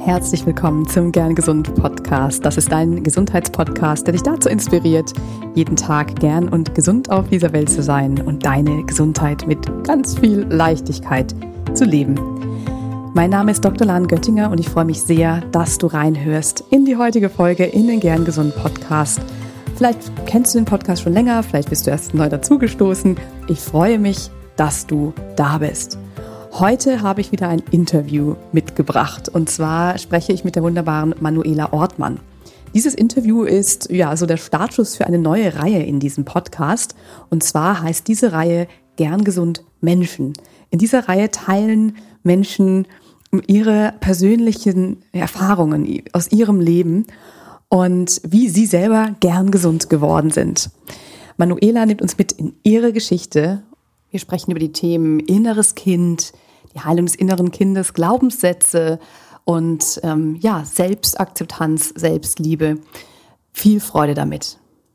Herzlich willkommen zum Gern Gesund Podcast. Das ist dein Gesundheitspodcast, der dich dazu inspiriert, jeden Tag gern und gesund auf dieser Welt zu sein und deine Gesundheit mit ganz viel Leichtigkeit zu leben. Mein Name ist Dr. Lan Göttinger und ich freue mich sehr, dass du reinhörst in die heutige Folge in den Gern Gesund Podcast. Vielleicht kennst du den Podcast schon länger, vielleicht bist du erst neu dazugestoßen. Ich freue mich, dass du da bist. Heute habe ich wieder ein Interview mitgebracht und zwar spreche ich mit der wunderbaren Manuela Ortmann. Dieses Interview ist so der Startschuss für eine neue Reihe in diesem Podcast und zwar heißt diese Reihe Gern Gesund Menschen. In dieser Reihe teilen Menschen ihre persönlichen Erfahrungen aus ihrem Leben und wie sie selber gern gesund geworden sind. Manuela nimmt uns mit in ihre Geschichte. Wir sprechen über die Themen inneres Kind, die Heilung des inneren Kindes, Glaubenssätze und Selbstakzeptanz, Selbstliebe. Viel Freude damit.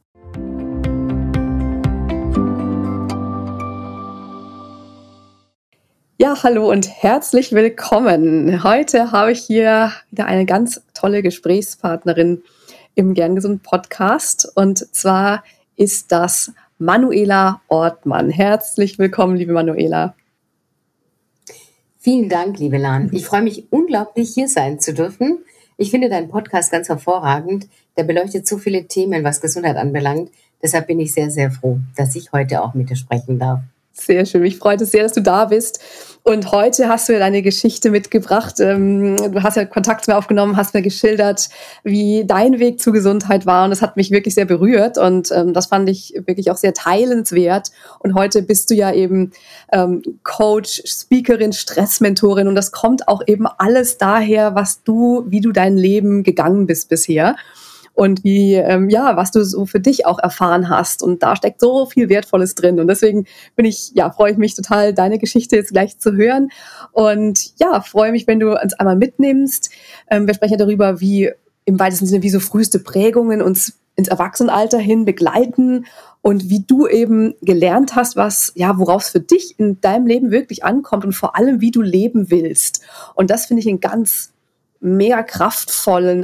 Ja, hallo und herzlich willkommen. Heute habe ich hier wieder eine ganz tolle Gesprächspartnerin im Gern Gesund Podcast und zwar ist das Manuela Ortmann. Herzlich willkommen, liebe Manuela. Vielen Dank, liebe Lan. Ich freue mich unglaublich, hier sein zu dürfen. Ich finde deinen Podcast ganz hervorragend. Der beleuchtet so viele Themen, was Gesundheit anbelangt. Deshalb bin ich sehr, sehr froh, dass ich heute auch mit dir sprechen darf. Sehr schön, mich freut es sehr, dass du da bist. Und heute hast du ja deine Geschichte mitgebracht. Du hast ja Kontakt zu mir aufgenommen, hast mir geschildert, wie dein Weg zur Gesundheit war. Und das hat mich wirklich sehr berührt. Und das fand ich wirklich auch sehr teilenswert. Und heute bist du ja eben Coach, Speakerin, Stressmentorin. Und das kommt auch eben alles daher, wie du dein Leben gegangen bist bisher. Und was du so für dich auch erfahren hast. Und da steckt so viel Wertvolles drin. Und deswegen freue ich mich total, deine Geschichte jetzt gleich zu hören. Und freue mich, wenn du uns einmal mitnimmst. Wir sprechen ja darüber, wie im weitesten Sinne, wie so früheste Prägungen uns ins Erwachsenenalter hin begleiten und wie du eben gelernt hast, worauf es für dich in deinem Leben wirklich ankommt und vor allem, wie du leben willst. Und das finde ich eine mega kraftvolle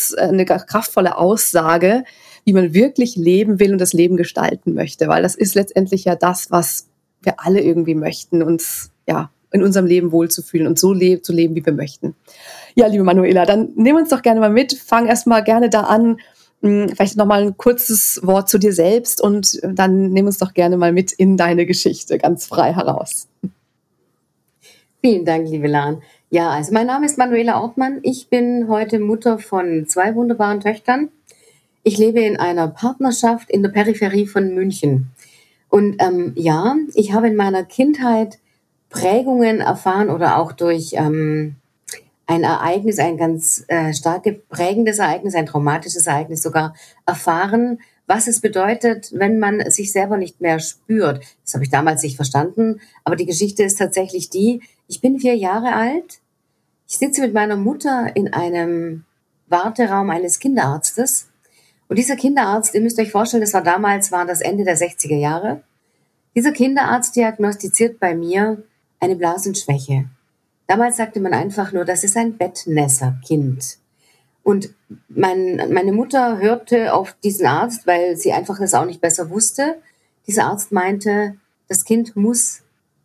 Aussage, wie man wirklich leben will und das Leben gestalten möchte, weil das ist letztendlich ja das, was wir alle irgendwie möchten, uns in unserem Leben wohlzufühlen und so zu leben, wie wir möchten. Ja, liebe Manuela, dann nimm uns doch gerne mal mit, fang erstmal gerne da an, vielleicht nochmal ein kurzes Wort zu dir selbst und dann nimm uns doch gerne mal mit in deine Geschichte, ganz frei heraus. Vielen Dank, liebe Lan. Ja, also mein Name ist Manuela Ortmann. Ich bin heute Mutter von 2 wunderbaren Töchtern. Ich lebe in einer Partnerschaft in der Peripherie von München. Und ich habe in meiner Kindheit Prägungen erfahren oder auch durch ein Ereignis, ein ganz stark prägendes Ereignis, ein traumatisches Ereignis sogar erfahren, was es bedeutet, wenn man sich selber nicht mehr spürt. Das habe ich damals nicht verstanden, aber die Geschichte ist tatsächlich ich bin 4 Jahre alt. Ich sitze mit meiner Mutter in einem Warteraum eines Kinderarztes. Und dieser Kinderarzt, ihr müsst euch vorstellen, war das Ende der 60er Jahre. Dieser Kinderarzt diagnostiziert bei mir eine Blasenschwäche. Damals sagte man einfach nur, das ist ein Bettnässerkind. Und meine Mutter hörte auf diesen Arzt, weil sie einfach das auch nicht besser wusste. Dieser Arzt meinte, das Kind muss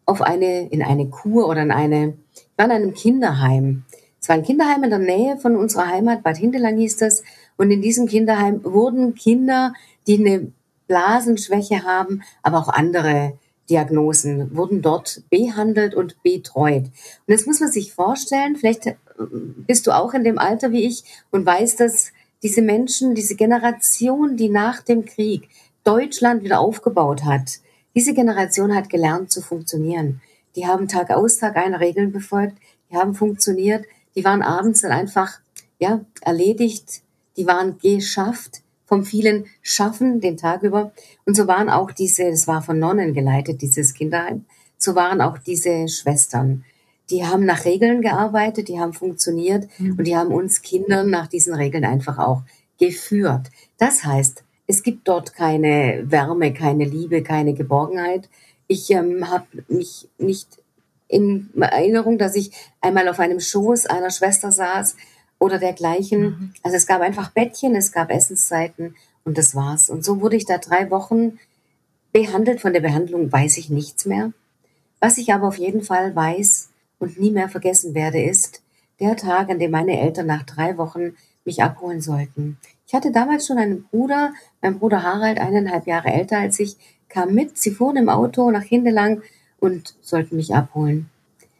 in eine Kur oder ich war in einem Kinderheim. Es war ein Kinderheim in der Nähe von unserer Heimat, Bad Hindelang hieß das. Und in diesem Kinderheim wurden Kinder, die eine Blasenschwäche haben, aber auch andere Diagnosen, wurden dort behandelt und betreut. Und das muss man sich vorstellen, vielleicht bist du auch in dem Alter wie ich und weißt, dass diese Menschen, diese Generation, die nach dem Krieg Deutschland wieder aufgebaut hat, diese Generation hat gelernt zu funktionieren. Die haben Tag aus, Tag ein Regeln befolgt, die haben funktioniert, die waren abends dann einfach erledigt, die waren geschafft vom vielen Schaffen den Tag über. Und so waren auch das war von Nonnen geleitet, dieses Kinderheim, so waren auch diese Schwestern. Die haben nach Regeln gearbeitet, die haben funktioniert und die haben uns Kindern nach diesen Regeln einfach auch geführt. Das heißt, es gibt dort keine Wärme, keine Liebe, keine Geborgenheit. Ich habe mich nicht in Erinnerung, dass ich einmal auf einem Schoß einer Schwester saß oder dergleichen. Also es gab einfach Bettchen, es gab Essenszeiten und das war's. Und so wurde ich da 3 Wochen behandelt. Von der Behandlung weiß ich nichts mehr. Was ich aber auf jeden Fall weiß und nie mehr vergessen werde, ist der Tag, an dem meine Eltern nach 3 Wochen mich abholen sollten. Ich hatte damals schon einen Bruder, mein Bruder Harald, 1,5 Jahre älter als ich, kam mit. Sie fuhren im Auto nach Hindelang und sollten mich abholen.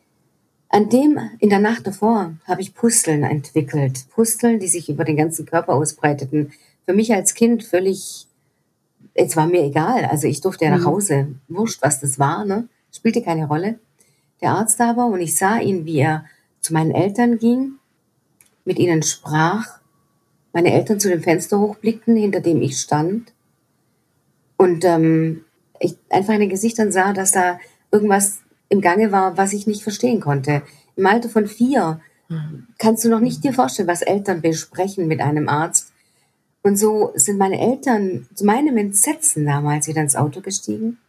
In der Nacht davor habe ich Pusteln entwickelt. Pusteln, die sich über den ganzen Körper ausbreiteten. Für mich als Kind völlig, es war mir egal. Also ich durfte ja nach Hause. Wurscht, was das war, ne? Spielte keine Rolle. Der Arzt aber, und ich sah ihn, wie er zu meinen Eltern ging, mit ihnen sprach, meine Eltern zu dem Fenster hochblickten, hinter dem ich stand. Und ich einfach in den Gesichtern sah, dass da irgendwas im Gange war, was ich nicht verstehen konnte. Im Alter von 4 kannst du noch nicht dir vorstellen, was Eltern besprechen mit einem Arzt. Und so sind meine Eltern zu meinem Entsetzen damals wieder ins Auto gestiegen.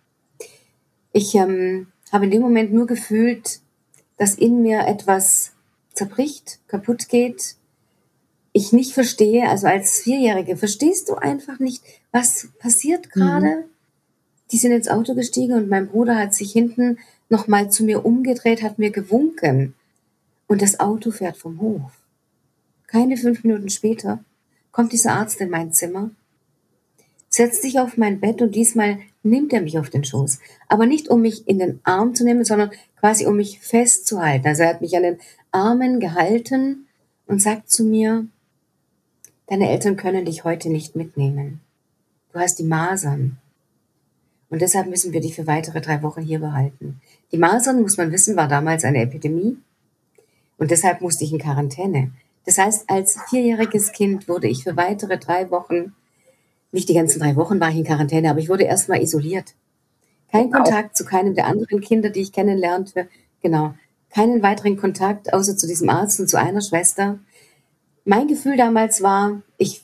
Ich habe in dem Moment nur gefühlt, dass in mir etwas zerbricht, kaputt geht. Ich nicht verstehe, also als Vierjährige verstehst du einfach nicht, was passiert gerade. Die sind ins Auto gestiegen und mein Bruder hat sich hinten nochmal zu mir umgedreht, hat mir gewunken. Und das Auto fährt vom Hof. Keine 5 Minuten später kommt dieser Arzt in mein Zimmer, setzt sich auf mein Bett und diesmal nimmt er mich auf den Schoß. Aber nicht, um mich in den Arm zu nehmen, sondern quasi, um mich festzuhalten. Also er hat mich an den Armen gehalten und sagt zu mir, deine Eltern können dich heute nicht mitnehmen. Du hast die Masern. Und deshalb müssen wir dich für weitere 3 Wochen hier behalten. Die Masern, muss man wissen, war damals eine Epidemie. Und deshalb musste ich in Quarantäne. Das heißt, als 4-jähriges Kind wurde ich für weitere 3 Wochen, nicht die ganzen 3 Wochen war ich in Quarantäne, aber ich wurde erstmal isoliert. Kein Kontakt zu keinem der anderen Kinder, die ich kennenlernte. Genau. Keinen weiteren Kontakt, außer zu diesem Arzt und zu einer Schwester. Mein Gefühl damals war,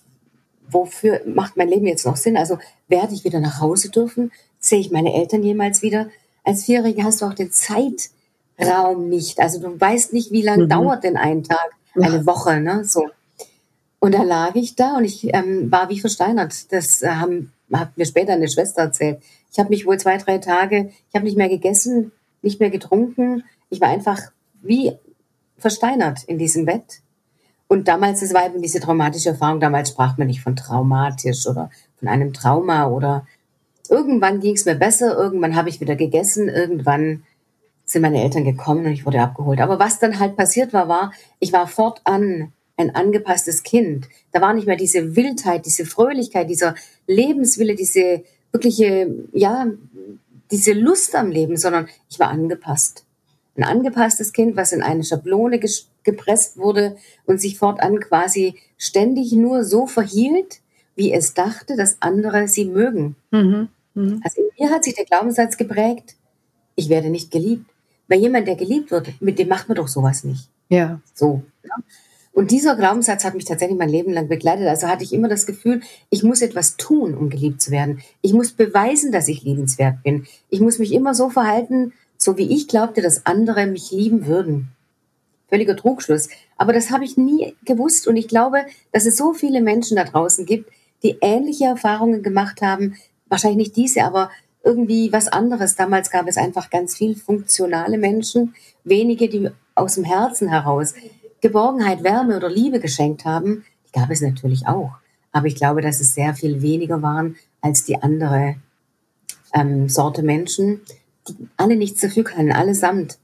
wofür macht mein Leben jetzt noch Sinn? Also werde ich wieder nach Hause dürfen? Sehe ich meine Eltern jemals wieder? Als Vierjährige hast du auch den Zeitraum nicht. Also du weißt nicht, wie lange dauert denn ein Tag, eine Woche, ne? So. Und da lag ich da und ich war wie versteinert. Das hat mir später eine Schwester erzählt. Ich habe mich wohl 2, 3 Tage, ich habe nicht mehr gegessen, nicht mehr getrunken. Ich war einfach wie versteinert in diesem Bett. Und damals, das war eben diese traumatische Erfahrung, damals sprach man nicht von traumatisch oder von einem Trauma oder irgendwann ging es mir besser, irgendwann habe ich wieder gegessen, irgendwann sind meine Eltern gekommen und ich wurde abgeholt. Aber was dann halt passiert war, ich war fortan ein angepasstes Kind. Da war nicht mehr diese Wildheit, diese Fröhlichkeit, dieser Lebenswille, diese wirkliche, ja, diese Lust am Leben, sondern ich war angepasst. Ein angepasstes Kind, was in eine Schablone gepresst wurde und sich fortan quasi ständig nur so verhielt, wie es dachte, dass andere sie mögen. Also in mir hat sich der Glaubenssatz geprägt, ich werde nicht geliebt. Weil jemand, der geliebt wird, mit dem macht man doch sowas nicht. Ja. So. Ja? Und dieser Glaubenssatz hat mich tatsächlich mein Leben lang begleitet. Also hatte ich immer das Gefühl, ich muss etwas tun, um geliebt zu werden. Ich muss beweisen, dass ich liebenswert bin. Ich muss mich immer so verhalten, so wie ich glaubte, dass andere mich lieben würden. Völliger Trugschluss. Aber das habe ich nie gewusst. Und ich glaube, dass es so viele Menschen da draußen gibt, die ähnliche Erfahrungen gemacht haben. Wahrscheinlich nicht diese, aber irgendwie was anderes. Damals gab es einfach ganz viel funktionale Menschen, wenige, die aus dem Herzen heraus Geborgenheit, Wärme oder Liebe geschenkt haben. Die gab es natürlich auch. Aber ich glaube, dass es sehr viel weniger waren als die andere Sorte Menschen, die alle nichts dafür können, allesamt.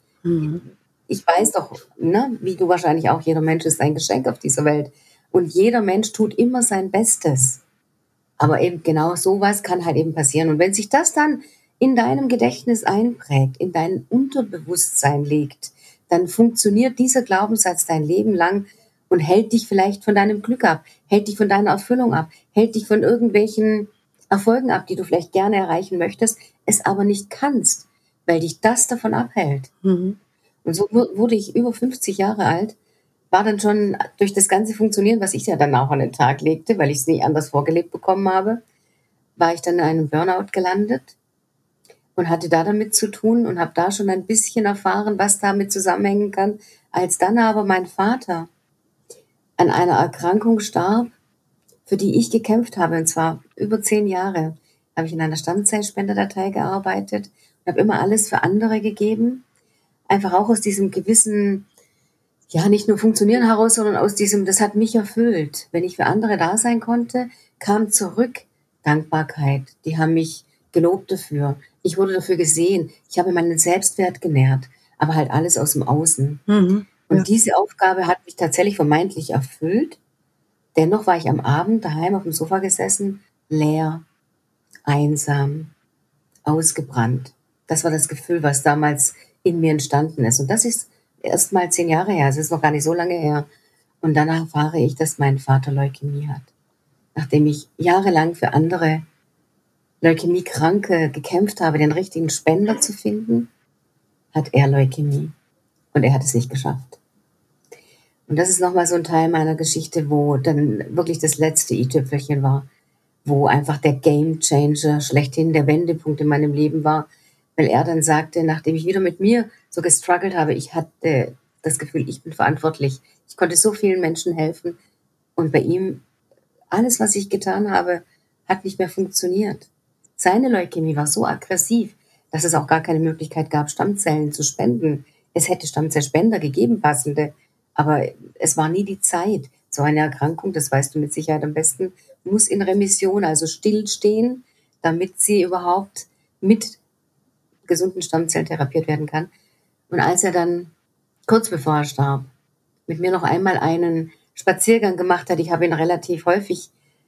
Ich weiß doch, ne, wie du wahrscheinlich auch, jeder Mensch ist ein Geschenk auf dieser Welt. Und jeder Mensch tut immer sein Bestes. Aber eben genau sowas kann halt eben passieren. Und wenn sich das dann in deinem Gedächtnis einprägt, in dein Unterbewusstsein liegt, dann funktioniert dieser Glaubenssatz dein Leben lang und hält dich vielleicht von deinem Glück ab, hält dich von deiner Erfüllung ab, hält dich von irgendwelchen Erfolgen ab, die du vielleicht gerne erreichen möchtest, es aber nicht kannst, weil dich das davon abhält. Und so wurde ich über 50 Jahre alt, war dann schon durch das ganze Funktionieren, was ich ja dann auch an den Tag legte, weil ich es nie anders vorgelebt bekommen habe, war ich dann in einem Burnout gelandet und hatte da damit zu tun und habe da schon ein bisschen erfahren, was damit zusammenhängen kann. Als dann aber mein Vater an einer Erkrankung starb, für die ich gekämpft habe. Und zwar über 10 Jahre habe ich in einer Stammzellspenderdatei gearbeitet und habe immer alles für andere gegeben. Einfach auch aus diesem gewissen, ja, nicht nur Funktionieren heraus, sondern aus diesem, das hat mich erfüllt. Wenn ich für andere da sein konnte, kam zurück Dankbarkeit. Die haben mich gelobt dafür. Ich wurde dafür gesehen. Ich habe meinen Selbstwert genährt, aber halt alles aus dem Außen. Mhm. Und diese Aufgabe hat mich tatsächlich vermeintlich erfüllt. Dennoch war ich am Abend daheim auf dem Sofa gesessen, leer, einsam, ausgebrannt. Das war das Gefühl, was damals in mir entstanden ist. Und das ist erst mal 10 Jahre her. Es ist noch gar nicht so lange her. Und danach erfahre ich, dass mein Vater Leukämie hat. Nachdem ich jahrelang für andere Leukämie-Kranke gekämpft habe, den richtigen Spender zu finden, hat er Leukämie. Und er hat es nicht geschafft. Und das ist nochmal so ein Teil meiner Geschichte, wo dann wirklich das letzte i-Tüpfelchen war, wo einfach der Game-Changer schlechthin der Wendepunkt in meinem Leben war, weil er dann sagte, nachdem ich wieder mit mir so gestruggelt habe, ich hatte das Gefühl, ich bin verantwortlich. Ich konnte so vielen Menschen helfen und bei ihm, alles, was ich getan habe, hat nicht mehr funktioniert. Seine Leukämie war so aggressiv, dass es auch gar keine Möglichkeit gab, Stammzellen zu spenden. Es hätte Stammzellspender gegeben, passende, aber es war nie die Zeit. So eine Erkrankung, das weißt du mit Sicherheit am besten, muss in Remission, also stillstehen, damit sie überhaupt mit gesunden Stammzellen therapiert werden kann. Und als er dann, kurz bevor er starb, mit mir noch einmal einen Spaziergang gemacht hat, ich habe ihn relativ häufig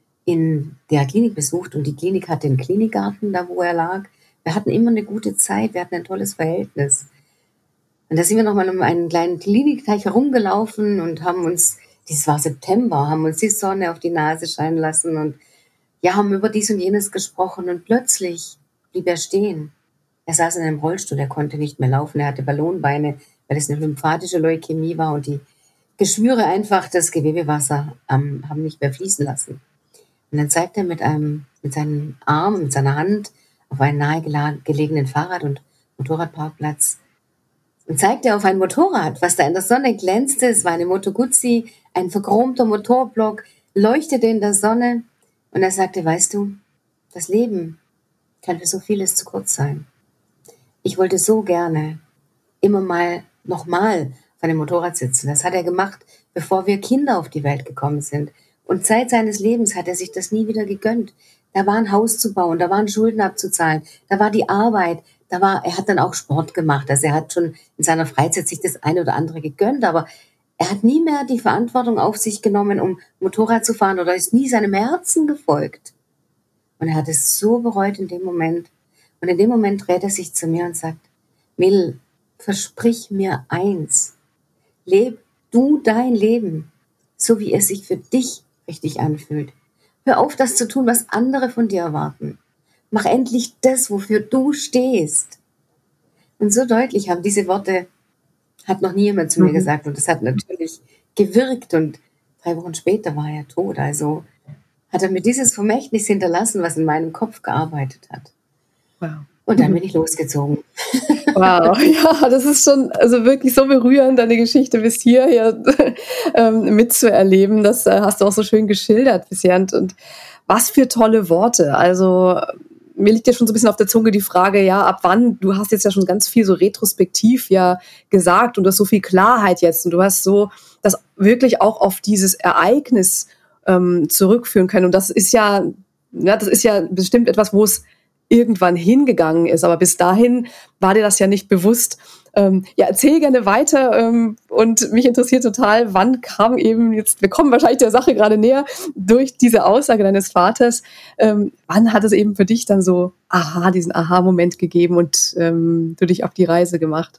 in der Klinik besucht und die Klinik hatte einen Klinikgarten, da wo er lag. Wir hatten immer eine gute Zeit, wir hatten ein tolles Verhältnis. Und da sind wir nochmal um einen kleinen Klinikteich herumgelaufen und haben uns, das war September, haben uns die Sonne auf die Nase scheinen lassen und ja, haben über dies und jenes gesprochen und plötzlich blieb er stehen. Er saß in einem Rollstuhl, er konnte nicht mehr laufen, er hatte Ballonbeine, weil es eine lymphatische Leukämie war und die Geschwüre einfach das Gewebewasser haben nicht mehr fließen lassen. Und dann zeigt er mit seinem Arm, mit seiner Hand auf einen nahegelegenen Fahrrad- und Motorradparkplatz und zeigte auf ein Motorrad, was da in der Sonne glänzte. Es war eine Moto Guzzi, ein verchromter Motorblock, leuchtete in der Sonne. Und er sagte, weißt du, das Leben kann für so vieles zu kurz sein. Ich wollte so gerne immer mal nochmal auf einem Motorrad sitzen. Das hat er gemacht, bevor wir Kinder auf die Welt gekommen sind. Und Zeit seines Lebens hat er sich das nie wieder gegönnt. Da war ein Haus zu bauen, da waren Schulden abzuzahlen, da war die Arbeit, er hat dann auch Sport gemacht. Also er hat schon in seiner Freizeit sich das eine oder andere gegönnt, aber er hat nie mehr die Verantwortung auf sich genommen, um Motorrad zu fahren oder ist nie seinem Herzen gefolgt. Und er hat es so bereut in dem Moment. Und in dem Moment dreht er sich zu mir und sagt, Mädel, versprich mir eins. Leb du dein Leben, so wie es sich für dich richtig anfühlt. Hör auf, das zu tun, was andere von dir erwarten. Mach endlich das, wofür du stehst. Und so deutlich haben diese Worte, hat noch nie jemand zu mir gesagt. Und das hat natürlich gewirkt. Und 3 Wochen später war er tot. Also hat er mir dieses Vermächtnis hinterlassen, was in meinem Kopf gearbeitet hat. Wow. Und dann bin ich losgezogen. Wow, ja, das ist schon also wirklich so berührend, deine Geschichte bis hierher mitzuerleben. Das hast du auch so schön geschildert bisher. Und was für tolle Worte. Also mir liegt ja schon so ein bisschen auf der Zunge die Frage, ja, ab wann, du hast jetzt ja schon ganz viel so retrospektiv ja gesagt und du hast so viel Klarheit jetzt und du hast so das wirklich auch auf dieses Ereignis zurückführen können. Und das ist ja bestimmt etwas, wo es irgendwann hingegangen ist, aber bis dahin war dir das ja nicht bewusst. Ja, erzähl gerne weiter und mich interessiert total, wann kam eben jetzt, wir kommen wahrscheinlich der Sache gerade näher, durch diese Aussage deines Vaters, wann hat es eben für dich dann so diesen Aha-Moment gegeben und du dich auf die Reise gemacht?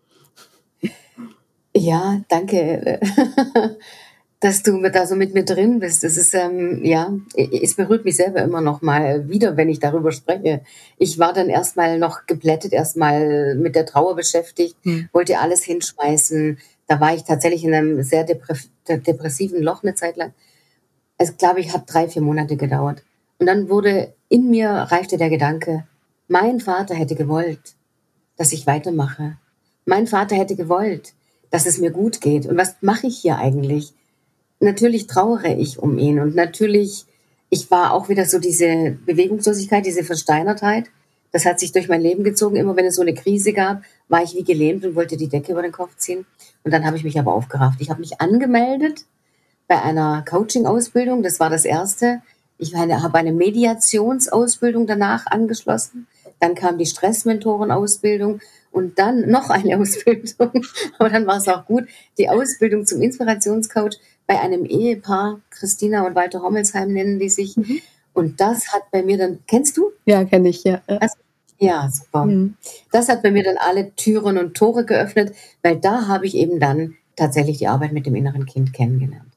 Ja, danke, dass du da so mit mir drin bist. Das ist, es berührt mich selber immer noch mal wieder, wenn ich darüber spreche. Ich war dann erstmal noch geblättet, erstmal mit der Trauer beschäftigt, wollte alles hinschmeißen. Da war ich tatsächlich in einem sehr depressiven Loch eine Zeit lang. Es, glaube ich, hat 3-4 Monate gedauert. Und dann reifte der Gedanke, mein Vater hätte gewollt, dass ich weitermache. Mein Vater hätte gewollt, dass es mir gut geht. Und was mache ich hier eigentlich? natürlich trauere ich um ihn und natürlich, ich war auch wieder so diese Bewegungslosigkeit, diese Versteinertheit. Das hat sich durch mein Leben gezogen. Immer wenn es so eine Krise gab, war ich wie gelähmt und wollte die Decke über den Kopf ziehen. Und dann habe ich mich aber aufgerafft. Ich habe mich angemeldet bei einer Coaching-Ausbildung. Das war das Erste. Habe eine Mediationsausbildung danach angeschlossen. Dann kam die Stressmentoren-Ausbildung und dann noch eine Ausbildung. Aber dann war es auch gut. Die Ausbildung zum Inspirationscoach bei einem Ehepaar, Christina und Walter Hommelsheim nennen die sich. Mhm. Und das hat bei mir dann, kennst du? Ja, kenne ich, ja. Also, ja, super. Mhm. Das hat bei mir dann alle Türen und Tore geöffnet, weil da habe ich eben dann tatsächlich die Arbeit mit dem inneren Kind kennengelernt.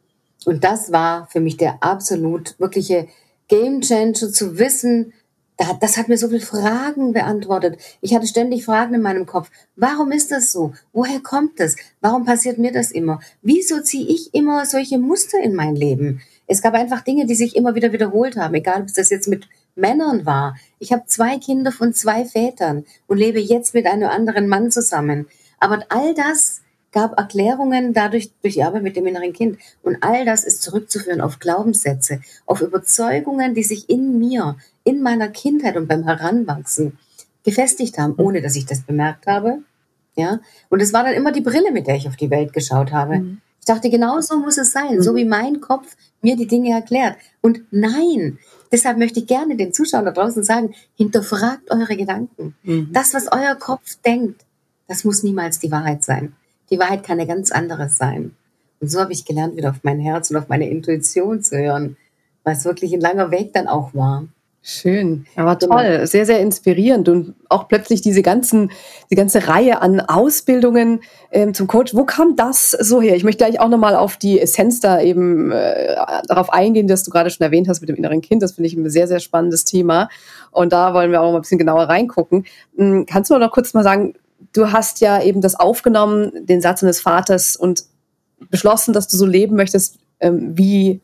Und das war für mich der absolut wirkliche Gamechanger zu wissen, das hat mir so viele Fragen beantwortet. Ich hatte ständig Fragen in meinem Kopf. Warum ist das so? Woher kommt das? Warum passiert mir das immer? Wieso ziehe ich immer solche Muster in mein Leben? Es gab einfach Dinge, die sich immer wieder wiederholt haben, egal ob das jetzt mit Männern war. Ich habe 2 Kinder von 2 Vätern und lebe jetzt mit einem anderen Mann zusammen. Aber all das gab Erklärungen dadurch, durch die Arbeit mit dem inneren Kind. Und all das ist zurückzuführen auf Glaubenssätze, auf Überzeugungen, die sich in mir, in meiner Kindheit und beim Heranwachsen gefestigt haben, ohne dass ich das bemerkt habe. Ja? Und es war dann immer die Brille, mit der ich auf die Welt geschaut habe. Mhm. Ich dachte, genau so muss es sein, so wie mein Kopf mir die Dinge erklärt. Und nein, deshalb möchte ich gerne den Zuschauern da draußen sagen, hinterfragt eure Gedanken. Mhm. Das, was euer Kopf denkt, das muss niemals die Wahrheit sein. Die Wahrheit kann eine ganz anderes sein. Und so habe ich gelernt, wieder auf mein Herz und auf meine Intuition zu hören, was wirklich ein langer Weg dann auch war. Schön, aber toll, sehr, sehr inspirierend und auch plötzlich die ganze Reihe an Ausbildungen zum Coach. Wo kam das so her? Ich möchte gleich auch nochmal auf die Essenz da eben darauf eingehen, dass du gerade schon erwähnt hast mit dem inneren Kind. Das finde ich ein sehr, sehr spannendes Thema und da wollen wir auch mal ein bisschen genauer reingucken. Kannst du noch kurz mal sagen, du hast ja eben das aufgenommen, den Satz deines Vaters und beschlossen, dass du so leben möchtest, wie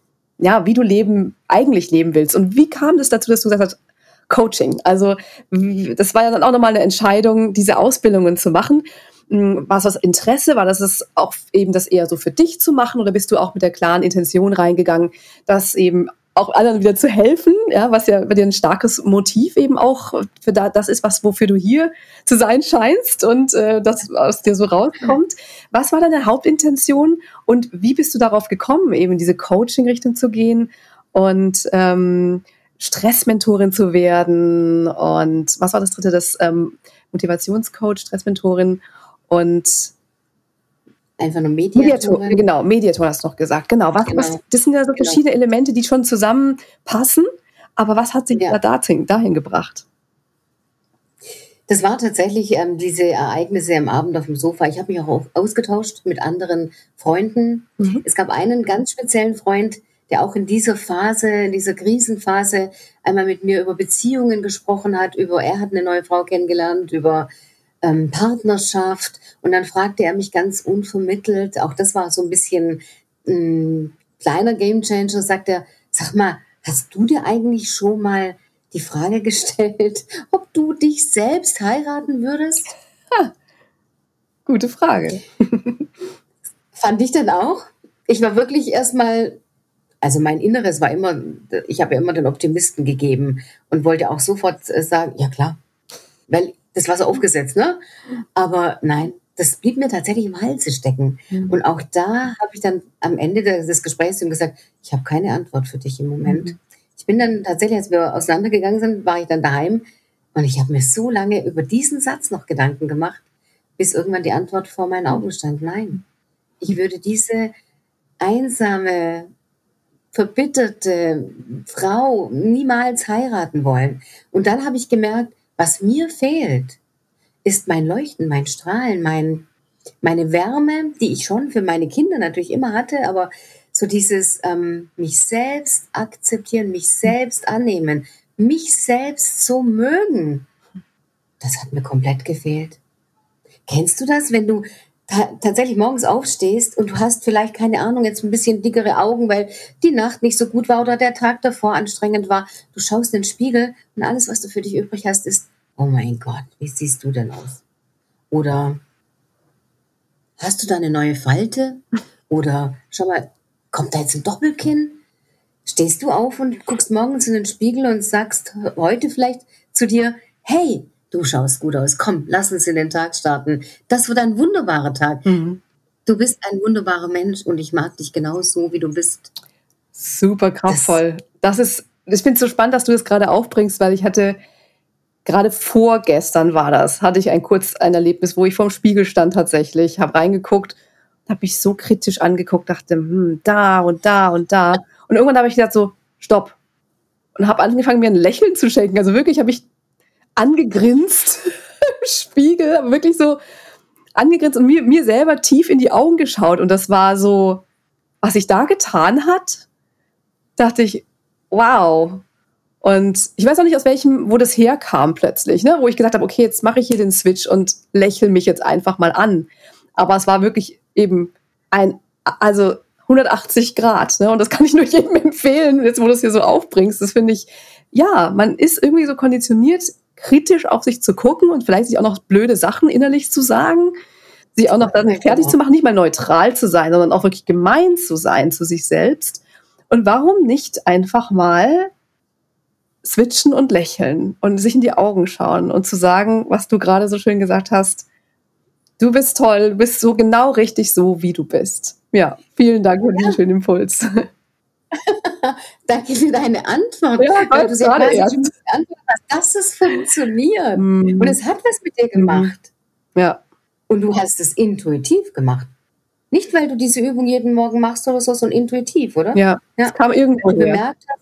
du eigentlich leben willst. Und wie kam das dazu, dass du gesagt hast, Coaching? Also das war ja dann auch nochmal eine Entscheidung, diese Ausbildungen zu machen. War es das Interesse? War das auch eben das eher so für dich zu machen? Oder bist du auch mit der klaren Intention reingegangen, dass eben auch anderen wieder zu helfen, ja, was ja bei dir ein starkes Motiv eben auch für das ist, wofür du hier zu sein scheinst und das aus dir so rauskommt. Was war deine Hauptintention und wie bist du darauf gekommen, eben in diese Coaching-Richtung zu gehen und Stressmentorin zu werden und was war das dritte, das Motivationscoach, Stressmentorin und einfach nur Mediatorin. Genau, Mediator hast du noch gesagt. Genau. Das sind ja so verschiedene Elemente, die schon zusammenpassen. Aber was hat sich dahin gebracht? Das war tatsächlich diese Ereignisse am Abend auf dem Sofa. Ich habe mich auch ausgetauscht mit anderen Freunden. Mhm. Es gab einen ganz speziellen Freund, der auch in dieser Phase, in dieser Krisenphase einmal mit mir über Beziehungen gesprochen hat, er hat eine neue Frau kennengelernt, über Partnerschaft und dann fragte er mich ganz unvermittelt, auch das war so ein bisschen kleiner Gamechanger, sagt er, sag mal, hast du dir eigentlich schon mal die Frage gestellt, ob du dich selbst heiraten würdest? Gute Frage. Fand ich dann auch. Ich war wirklich erstmal, also mein Inneres war immer, ich habe ja immer den Optimisten gegeben und wollte auch sofort sagen, ja klar, weil das war so aufgesetzt, ne? Aber nein, das blieb mir tatsächlich im Halse stecken. Mhm. Und auch da habe ich dann am Ende des Gesprächs ihm gesagt, ich habe keine Antwort für dich im Moment. Mhm. Ich bin dann tatsächlich, als wir auseinandergegangen sind, war ich dann daheim und ich habe mir so lange über diesen Satz noch Gedanken gemacht, bis irgendwann die Antwort vor meinen Augen stand. Nein, ich würde diese einsame, verbitterte Frau niemals heiraten wollen. Und dann habe ich gemerkt, was mir fehlt, ist mein Leuchten, mein Strahlen, meine Wärme, die ich schon für meine Kinder natürlich immer hatte, aber so dieses mich selbst akzeptieren, mich selbst annehmen, mich selbst so mögen, das hat mir komplett gefehlt. Kennst du das, wenn du tatsächlich morgens aufstehst und du hast vielleicht, keine Ahnung, jetzt ein bisschen dickere Augen, weil die Nacht nicht so gut war oder der Tag davor anstrengend war. Du schaust in den Spiegel und alles, was du für dich übrig hast, ist, oh mein Gott, wie siehst du denn aus? Oder hast du da eine neue Falte? Oder schau mal, kommt da jetzt ein Doppelkinn? Stehst du auf und guckst morgens in den Spiegel und sagst heute vielleicht zu dir, hey, du schaust gut aus, komm, lass uns in den Tag starten. Das wird ein wunderbarer Tag. Du bist ein wunderbarer Mensch und ich mag dich genauso, wie du bist. Super kraftvoll. Ich finde es so spannend, dass du das gerade aufbringst, weil ich hatte, gerade vorgestern hatte ich ein Erlebnis, wo ich vorm Spiegel stand tatsächlich, habe reingeguckt, habe mich so kritisch angeguckt, dachte, da und da und da. Und irgendwann habe ich gesagt so, stopp. Und habe angefangen, mir ein Lächeln zu schenken. Also wirklich habe ich angegrinst im Spiegel, aber wirklich so angegrinst und mir selber tief in die Augen geschaut. Und das war so, was ich da getan hat, dachte ich, wow. Und ich weiß auch nicht, wo das herkam plötzlich, ne? Wo ich gesagt habe, okay, jetzt mache ich hier den Switch und lächle mich jetzt einfach mal an. Aber es war wirklich eben 180 Grad, ne? Und das kann ich nur jedem empfehlen, jetzt wo du es hier so aufbringst. Das finde ich, ja, man ist irgendwie so konditioniert, kritisch auf sich zu gucken und vielleicht sich auch noch blöde Sachen innerlich zu sagen, sich auch noch dann fertig zu machen, nicht mal neutral zu sein, sondern auch wirklich gemein zu sein zu sich selbst. Und warum nicht einfach mal switchen und lächeln und sich in die Augen schauen und zu sagen, was du gerade so schön gesagt hast, du bist toll, du bist so genau richtig so, wie du bist. Ja, vielen Dank für diesen schönen Impuls. Danke für deine Antwort. Ja, weil du sehr Antwort hast, dass es funktioniert. Und es hat was mit dir gemacht. Ja. Und du hast es intuitiv gemacht. Nicht, weil du diese Übung jeden Morgen machst oder so, sondern intuitiv, oder? Ja, es kam irgendwo her. Bemerkt hast.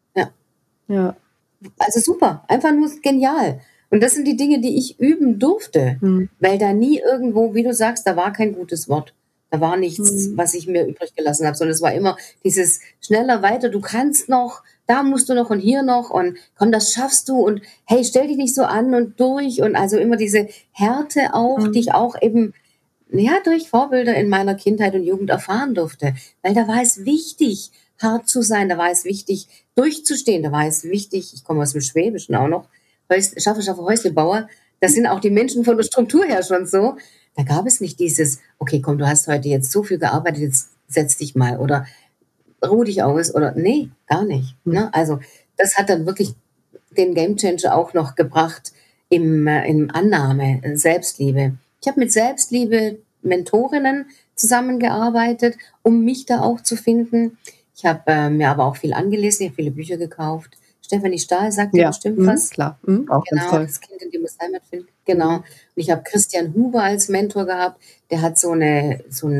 Ja. Also super, einfach nur genial. Und das sind die Dinge, die ich üben durfte, weil da nie irgendwo, wie du sagst, da war kein gutes Wort. Da war nichts, was ich mir übrig gelassen habe, sondern es war immer dieses schneller, weiter, du kannst noch, da musst du noch und hier noch und komm, das schaffst du und hey, stell dich nicht so an und durch und also immer diese Härte auch, die ich auch eben durch Vorbilder in meiner Kindheit und Jugend erfahren durfte, weil da war es wichtig, hart zu sein, da war es wichtig, durchzustehen, da war es wichtig, ich komme aus dem Schwäbischen auch noch, Schaffe, Häuslebauer, das sind auch die Menschen von der Struktur her schon so, da gab es nicht dieses, okay, komm, du hast heute jetzt so viel gearbeitet, jetzt setz dich mal oder ruh dich aus oder nee, gar nicht. Ne? Also das hat dann wirklich den Gamechanger auch noch gebracht im Annahme, Selbstliebe. Ich habe mit Selbstliebe Mentorinnen zusammengearbeitet, um mich da auch zu finden. Ich habe mir aber auch viel angelesen, ich habe viele Bücher gekauft. Stefanie Stahl sagt dir bestimmt was. Klar. Auch ganz toll. Das Kind, in dem es Heimat findet. Genau. Und ich habe Christian Huber als Mentor gehabt. Der hat so ein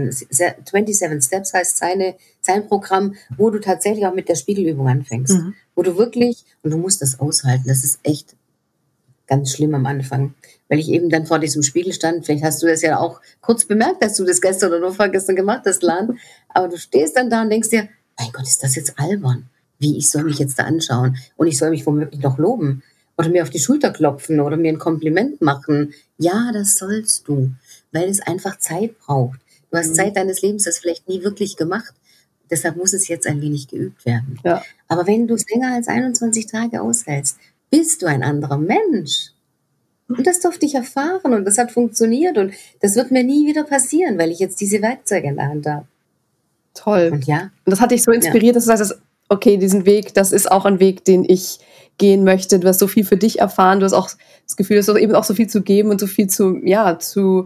27 Steps heißt sein Programm, wo du tatsächlich auch mit der Spiegelübung anfängst. Wo du wirklich, und du musst das aushalten, das ist echt ganz schlimm am Anfang, weil ich eben dann vor diesem Spiegel stand. Vielleicht hast du das ja auch kurz bemerkt, dass du das gestern oder nur vorgestern gemacht hast, Lan. Aber du stehst dann da und denkst dir, mein Gott, ist das jetzt albern? Wie, ich soll mich jetzt da anschauen und ich soll mich womöglich noch loben oder mir auf die Schulter klopfen oder mir ein Kompliment machen. Ja, das sollst du, weil es einfach Zeit braucht. Du hast Zeit deines Lebens das vielleicht nie wirklich gemacht. Deshalb muss es jetzt ein wenig geübt werden. Ja. Aber wenn du es länger als 21 Tage aushältst, bist du ein anderer Mensch. Und das durfte ich erfahren und das hat funktioniert und das wird mir nie wieder passieren, weil ich jetzt diese Werkzeuge in der Hand habe. Toll. Und ja. Und das hat dich so inspiriert, dass du sagst, okay, diesen Weg, das ist auch ein Weg, den ich gehen möchte. Du hast so viel für dich erfahren, du hast auch das Gefühl, du hast eben auch so viel zu geben und so viel zu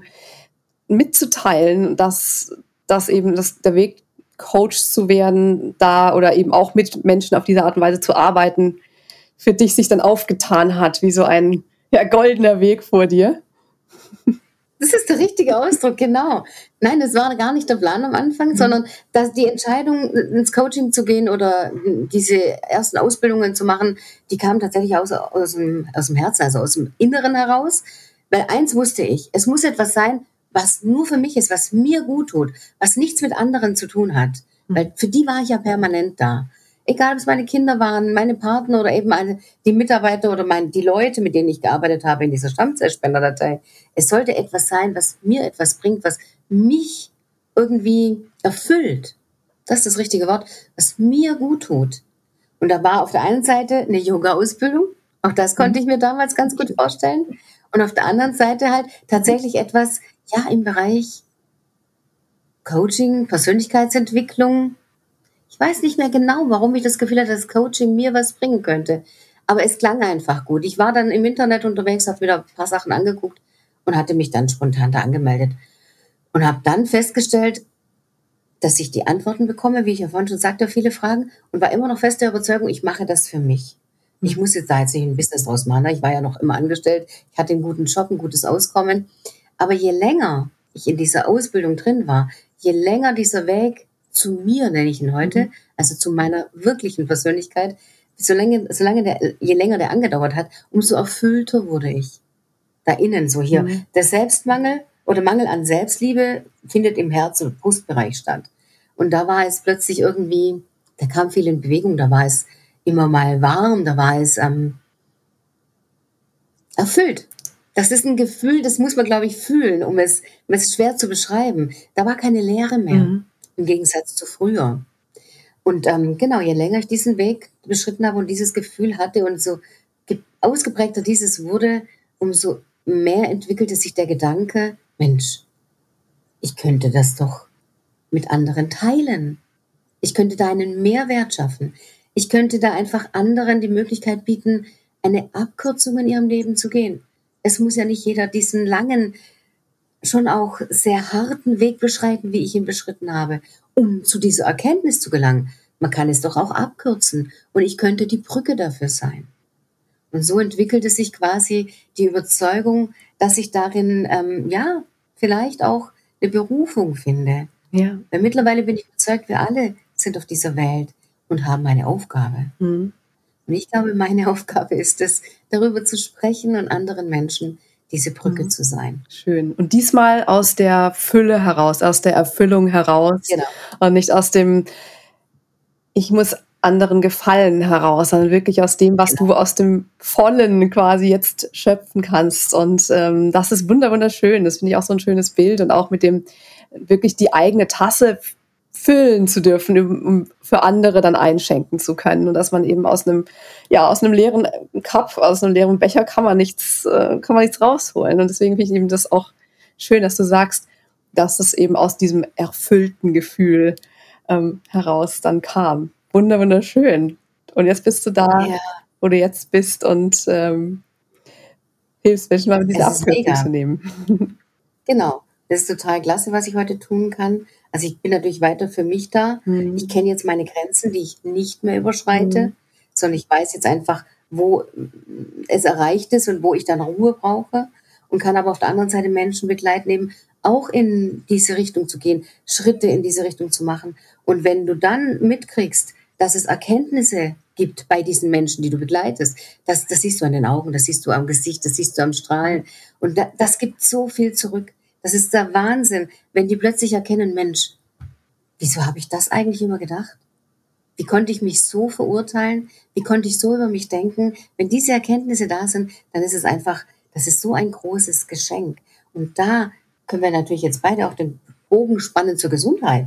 mitzuteilen, dass eben der Weg, Coach zu werden, da oder eben auch mit Menschen auf diese Art und Weise zu arbeiten, für dich sich dann aufgetan hat, wie so ein goldener Weg vor dir. Das ist der richtige Ausdruck, genau. Nein, das war gar nicht der Plan am Anfang, sondern dass die Entscheidung, ins Coaching zu gehen oder diese ersten Ausbildungen zu machen, die kam tatsächlich aus dem Herzen, also aus dem Inneren heraus. Weil eins wusste ich, es muss etwas sein, was nur für mich ist, was mir gut tut, was nichts mit anderen zu tun hat. Weil für die war ich ja permanent da. Egal, ob es meine Kinder waren, meine Partner oder eben die Mitarbeiter oder die Leute, mit denen ich gearbeitet habe in dieser Stammzellspenderdatei. Es sollte etwas sein, was mir etwas bringt, was mich irgendwie erfüllt. Das ist das richtige Wort, was mir gut tut. Und da war auf der einen Seite eine Yoga-Ausbildung. Auch das konnte ich mir damals ganz gut vorstellen. Und auf der anderen Seite halt tatsächlich etwas, im Bereich Coaching, Persönlichkeitsentwicklung, Ich weiß nicht mehr genau, warum ich das Gefühl hatte, dass Coaching mir was bringen könnte. Aber es klang einfach gut. Ich war dann im Internet unterwegs, habe wieder ein paar Sachen angeguckt und hatte mich dann spontan da angemeldet. Und habe dann festgestellt, dass ich die Antworten bekomme, wie ich ja vorhin schon sagte, auf viele Fragen, und war immer noch fest der Überzeugung, ich mache das für mich. Ich muss jetzt da jetzt nicht ein Business draus machen. Ich war ja noch immer angestellt. Ich hatte einen guten Job, ein gutes Auskommen. Aber je länger ich in dieser Ausbildung drin war, je länger dieser Weg zu mir, nenne ich ihn heute, also zu meiner wirklichen Persönlichkeit, je länger der angedauert hat, umso erfüllter wurde ich. Da innen, so hier. Der Selbstmangel oder Mangel an Selbstliebe findet im Herz- und Brustbereich statt. Und da war es plötzlich irgendwie, da kam viel in Bewegung, da war es immer mal warm, da war es erfüllt. Das ist ein Gefühl, das muss man, glaube ich, fühlen, um es schwer zu beschreiben. Da war keine Leere mehr, im Gegensatz zu früher. Und genau, je länger ich diesen Weg beschritten habe und dieses Gefühl hatte und so ausgeprägter dieses wurde, umso mehr entwickelte sich der Gedanke, Mensch, ich könnte das doch mit anderen teilen. Ich könnte da einen Mehrwert schaffen. Ich könnte da einfach anderen die Möglichkeit bieten, eine Abkürzung in ihrem Leben zu gehen. Es muss ja nicht jeder diesen langen, schon auch sehr harten Weg beschreiten, wie ich ihn beschritten habe, um zu dieser Erkenntnis zu gelangen. Man kann es doch auch abkürzen und ich könnte die Brücke dafür sein. Und so entwickelte sich quasi die Überzeugung, dass ich darin, vielleicht auch eine Berufung finde. Ja. Weil mittlerweile bin ich überzeugt, wir alle sind auf dieser Welt und haben eine Aufgabe. Und ich glaube, meine Aufgabe ist es, darüber zu sprechen und anderen Menschen diese Brücke zu sein. Schön. Und diesmal aus der Fülle heraus, aus der Erfüllung heraus. Genau. Und nicht aus dem, ich muss anderen gefallen heraus, sondern wirklich aus dem, was du aus dem Vollen quasi jetzt schöpfen kannst. Und das ist wunderschön. Das finde ich auch so ein schönes Bild. Und auch mit dem wirklich die eigene Tasse füllen zu dürfen, um für andere dann einschenken zu können. Und dass man eben aus einem leeren Cup, aus einem leeren Becher kann man nichts rausholen. Und deswegen finde ich eben das auch schön, dass du sagst, dass es eben aus diesem erfüllten Gefühl heraus dann kam. Wunderschön. Und jetzt bist du da, wo du jetzt bist und hilfst Menschen mal diese Abkürzung zu nehmen. Genau. Das ist total klasse, was ich heute tun kann. Also ich bin natürlich weiter für mich da. Ich kenne jetzt meine Grenzen, die ich nicht mehr überschreite, sondern ich weiß jetzt einfach, wo es erreicht ist und wo ich dann Ruhe brauche und kann aber auf der anderen Seite Menschen begleiten, eben auch in diese Richtung zu gehen, Schritte in diese Richtung zu machen. Und wenn du dann mitkriegst, dass es Erkenntnisse gibt bei diesen Menschen, die du begleitest, das siehst du an den Augen, das siehst du am Gesicht, das siehst du am Strahlen. Und das gibt so viel zurück. Das ist der Wahnsinn, wenn die plötzlich erkennen, Mensch, wieso habe ich das eigentlich immer gedacht? Wie konnte ich mich so verurteilen? Wie konnte ich so über mich denken? Wenn diese Erkenntnisse da sind, dann ist es einfach, das ist so ein großes Geschenk. Und da können wir natürlich jetzt beide auch den Bogen spannen zur Gesundheit.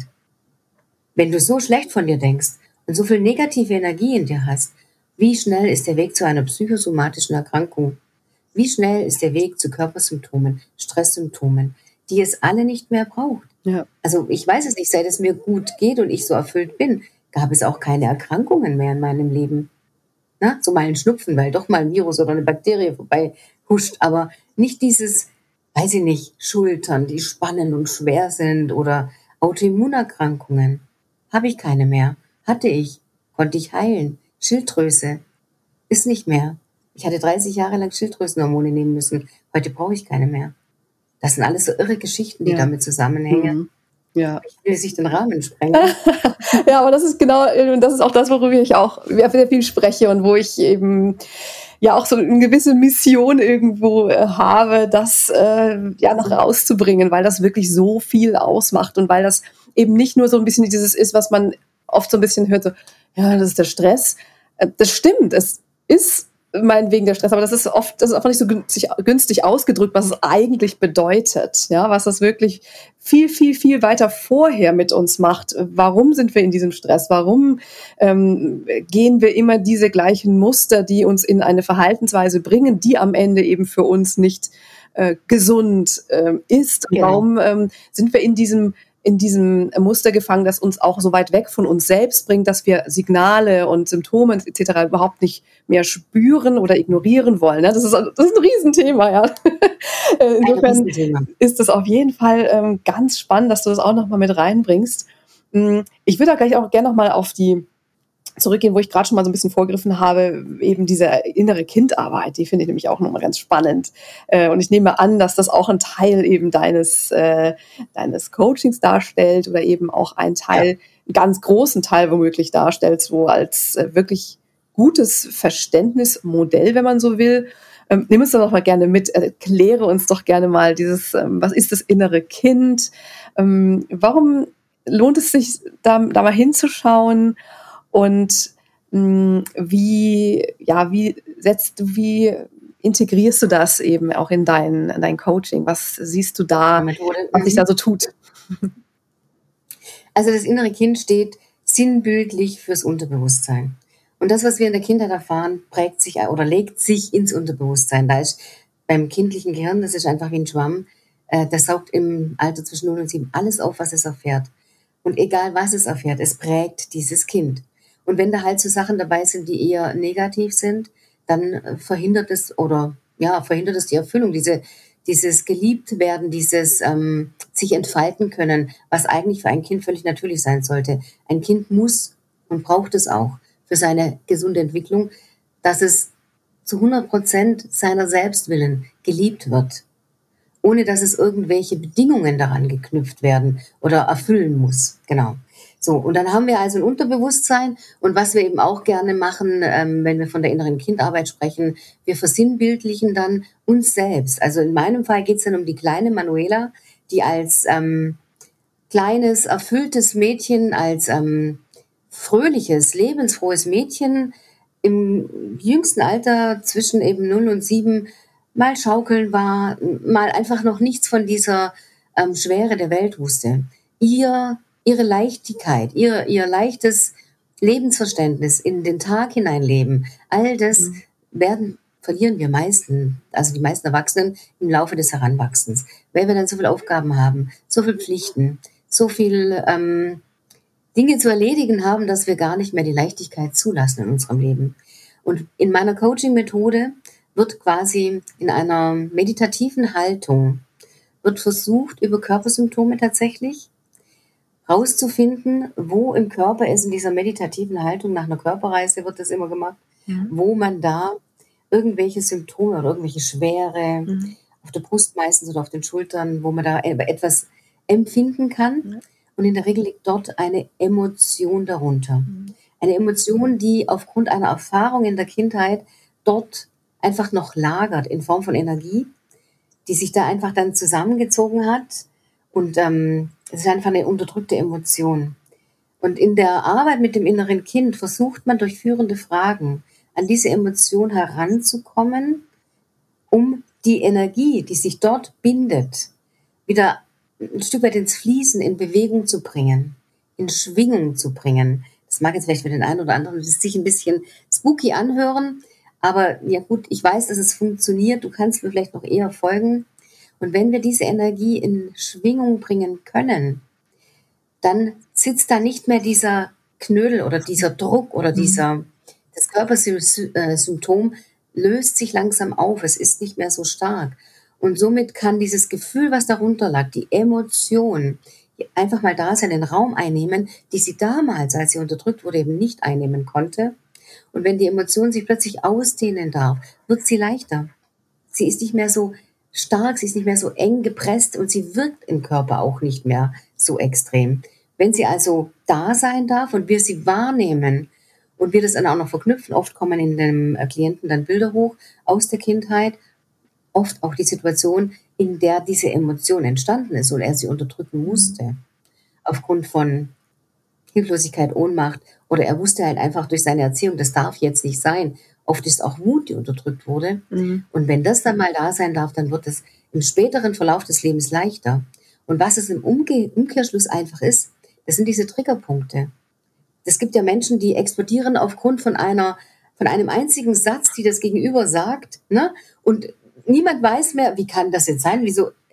Wenn du so schlecht von dir denkst und so viel negative Energie in dir hast, wie schnell ist der Weg zu einer psychosomatischen Erkrankung? Wie schnell ist der Weg zu Körpersymptomen, Stresssymptomen, die es alle nicht mehr braucht? Ja. Also ich weiß es nicht, seit es mir gut geht und ich so erfüllt bin, gab es auch keine Erkrankungen mehr in meinem Leben. Na, so mal ein Schnupfen, weil doch mal ein Virus oder eine Bakterie vorbei huscht, aber nicht dieses, weiß ich nicht, Schultern, die spannend und schwer sind oder Autoimmunerkrankungen. Habe ich keine mehr. Hatte ich, konnte ich heilen. Schilddrüse ist nicht mehr. Ich hatte 30 Jahre lang Schilddrüsenhormone nehmen müssen. Heute brauche ich keine mehr. Das sind alles so irre Geschichten, die damit zusammenhängen. Ja. Ich will sich den Rahmen sprengen. Ja, aber das ist genau, das ist auch das, worüber ich auch sehr viel spreche und wo ich eben ja auch so eine gewisse Mission irgendwo habe, das noch rauszubringen, weil das wirklich so viel ausmacht und weil das eben nicht nur so ein bisschen dieses ist, was man oft so ein bisschen hört, so, ja, das ist der Stress. Das stimmt, es ist meinetwegen der Stress, aber das ist einfach nicht so günstig ausgedrückt, was es eigentlich bedeutet, ja, was das wirklich viel weiter vorher mit uns macht. Warum sind wir in diesem Stress? Warum gehen wir immer diese gleichen Muster, die uns in eine Verhaltensweise bringen, die am Ende eben für uns nicht gesund ist? Genau. Warum sind wir in in diesem Muster gefangen, das uns auch so weit weg von uns selbst bringt, dass wir Signale und Symptome etc. überhaupt nicht mehr spüren oder ignorieren wollen. Ne? Das ist ein Riesenthema, ja. Insofern ist das auf jeden Fall ganz spannend, dass du das auch nochmal mit reinbringst. Ich würde da gleich auch gerne nochmal auf die zurückgehen, wo ich gerade schon mal so ein bisschen vorgegriffen habe, eben diese innere Kindarbeit, die finde ich nämlich auch nochmal ganz spannend. Und ich nehme an, dass das auch ein Teil eben deines Coachings darstellt oder eben auch ein Teil, einen ganz großen Teil womöglich darstellt, so als wirklich gutes Verständnismodell, wenn man so will. Nimm uns da doch mal gerne mit, erkläre uns doch gerne mal dieses, was ist das innere Kind? Warum lohnt es sich, da mal hinzuschauen? Und wie integrierst du das eben auch in dein Coaching? Was siehst du da, was sich da so tut? Also das innere Kind steht sinnbildlich fürs Unterbewusstsein. Und das, was wir in der Kindheit erfahren, prägt sich oder legt sich ins Unterbewusstsein. Da ist beim kindlichen Gehirn, das ist einfach wie ein Schwamm, das saugt im Alter zwischen 0 und 7 alles auf, was es erfährt. Und egal, was es erfährt, es prägt dieses Kind. Und wenn da halt so Sachen dabei sind, die eher negativ sind, dann verhindert es die Erfüllung, dieses Geliebtwerden, dieses sich entfalten können, was eigentlich für ein Kind völlig natürlich sein sollte. Ein Kind muss und braucht es auch für seine gesunde Entwicklung, dass es zu 100% seiner Selbstwillen geliebt wird, ohne dass es irgendwelche Bedingungen daran geknüpft werden oder erfüllen muss. Genau. So, und dann haben wir also ein Unterbewusstsein und was wir eben auch gerne machen, wenn wir von der inneren Kindarbeit sprechen, wir versinnbildlichen dann uns selbst. Also in meinem Fall geht es dann um die kleine Manuela, die als kleines, erfülltes Mädchen, als fröhliches, lebensfrohes Mädchen im jüngsten Alter zwischen eben 0 und 7 mal schaukeln war, mal einfach noch nichts von dieser Schwere der Welt wusste. Ihre Leichtigkeit, ihr leichtes Lebensverständnis in den Tag hineinleben, all das verlieren wir meisten, also die meisten Erwachsenen im Laufe des Heranwachsens, weil wir dann so viele Aufgaben haben, so viele Pflichten, so viel Dinge zu erledigen haben, dass wir gar nicht mehr die Leichtigkeit zulassen in unserem Leben. Und in meiner Coaching-Methode wird quasi in einer meditativen Haltung wird versucht, über Körpersymptome tatsächlich rauszufinden, wo im Körper es in dieser meditativen Haltung, nach einer Körperreise wird das immer gemacht, wo man da irgendwelche Symptome oder irgendwelche Schwere auf der Brust meistens oder auf den Schultern, wo man da etwas empfinden kann. Und in der Regel liegt dort eine Emotion darunter. Eine Emotion, die aufgrund einer Erfahrung in der Kindheit dort einfach noch lagert in Form von Energie, die sich da einfach dann zusammengezogen hat. Und es ist einfach eine unterdrückte Emotion. Und in der Arbeit mit dem inneren Kind versucht man durch führende Fragen an diese Emotion heranzukommen, um die Energie, die sich dort bindet, wieder ein Stück weit ins Fließen, in Bewegung zu bringen, in Schwingung zu bringen. Das mag jetzt vielleicht für den einen oder anderen sich ein bisschen spooky anhören, aber ja gut, ich weiß, dass es funktioniert. Du kannst mir vielleicht noch eher folgen. Und wenn wir diese Energie in Schwingung bringen können, dann sitzt da nicht mehr dieser Knödel oder dieser Druck oder das Körpersymptom löst sich langsam auf. Es ist nicht mehr so stark. Und somit kann dieses Gefühl, was darunter lag, die Emotion, einfach mal da sein, den Raum einnehmen, die sie damals, als sie unterdrückt wurde, eben nicht einnehmen konnte. Und wenn die Emotion sich plötzlich ausdehnen darf, wird sie leichter. Sie ist nicht mehr so stark, sie ist nicht mehr so eng gepresst und sie wirkt im Körper auch nicht mehr so extrem. Wenn sie also da sein darf und wir sie wahrnehmen und wir das dann auch noch verknüpfen, oft kommen in dem Klienten dann Bilder hoch aus der Kindheit, oft auch die Situation, in der diese Emotion entstanden ist und er sie unterdrücken musste, aufgrund von Hilflosigkeit, Ohnmacht, oder er wusste halt einfach durch seine Erziehung, das darf jetzt nicht sein. Oft ist auch Wut, die unterdrückt wurde. Und wenn das dann mal da sein darf, dann wird es im späteren Verlauf des Lebens leichter. Und was es im Umkehrschluss einfach ist, das sind diese Triggerpunkte. Es gibt ja Menschen, die explodieren aufgrund von einem einzigen Satz, die das Gegenüber sagt, ne? Und niemand weiß mehr, wie kann das jetzt sein? Wieso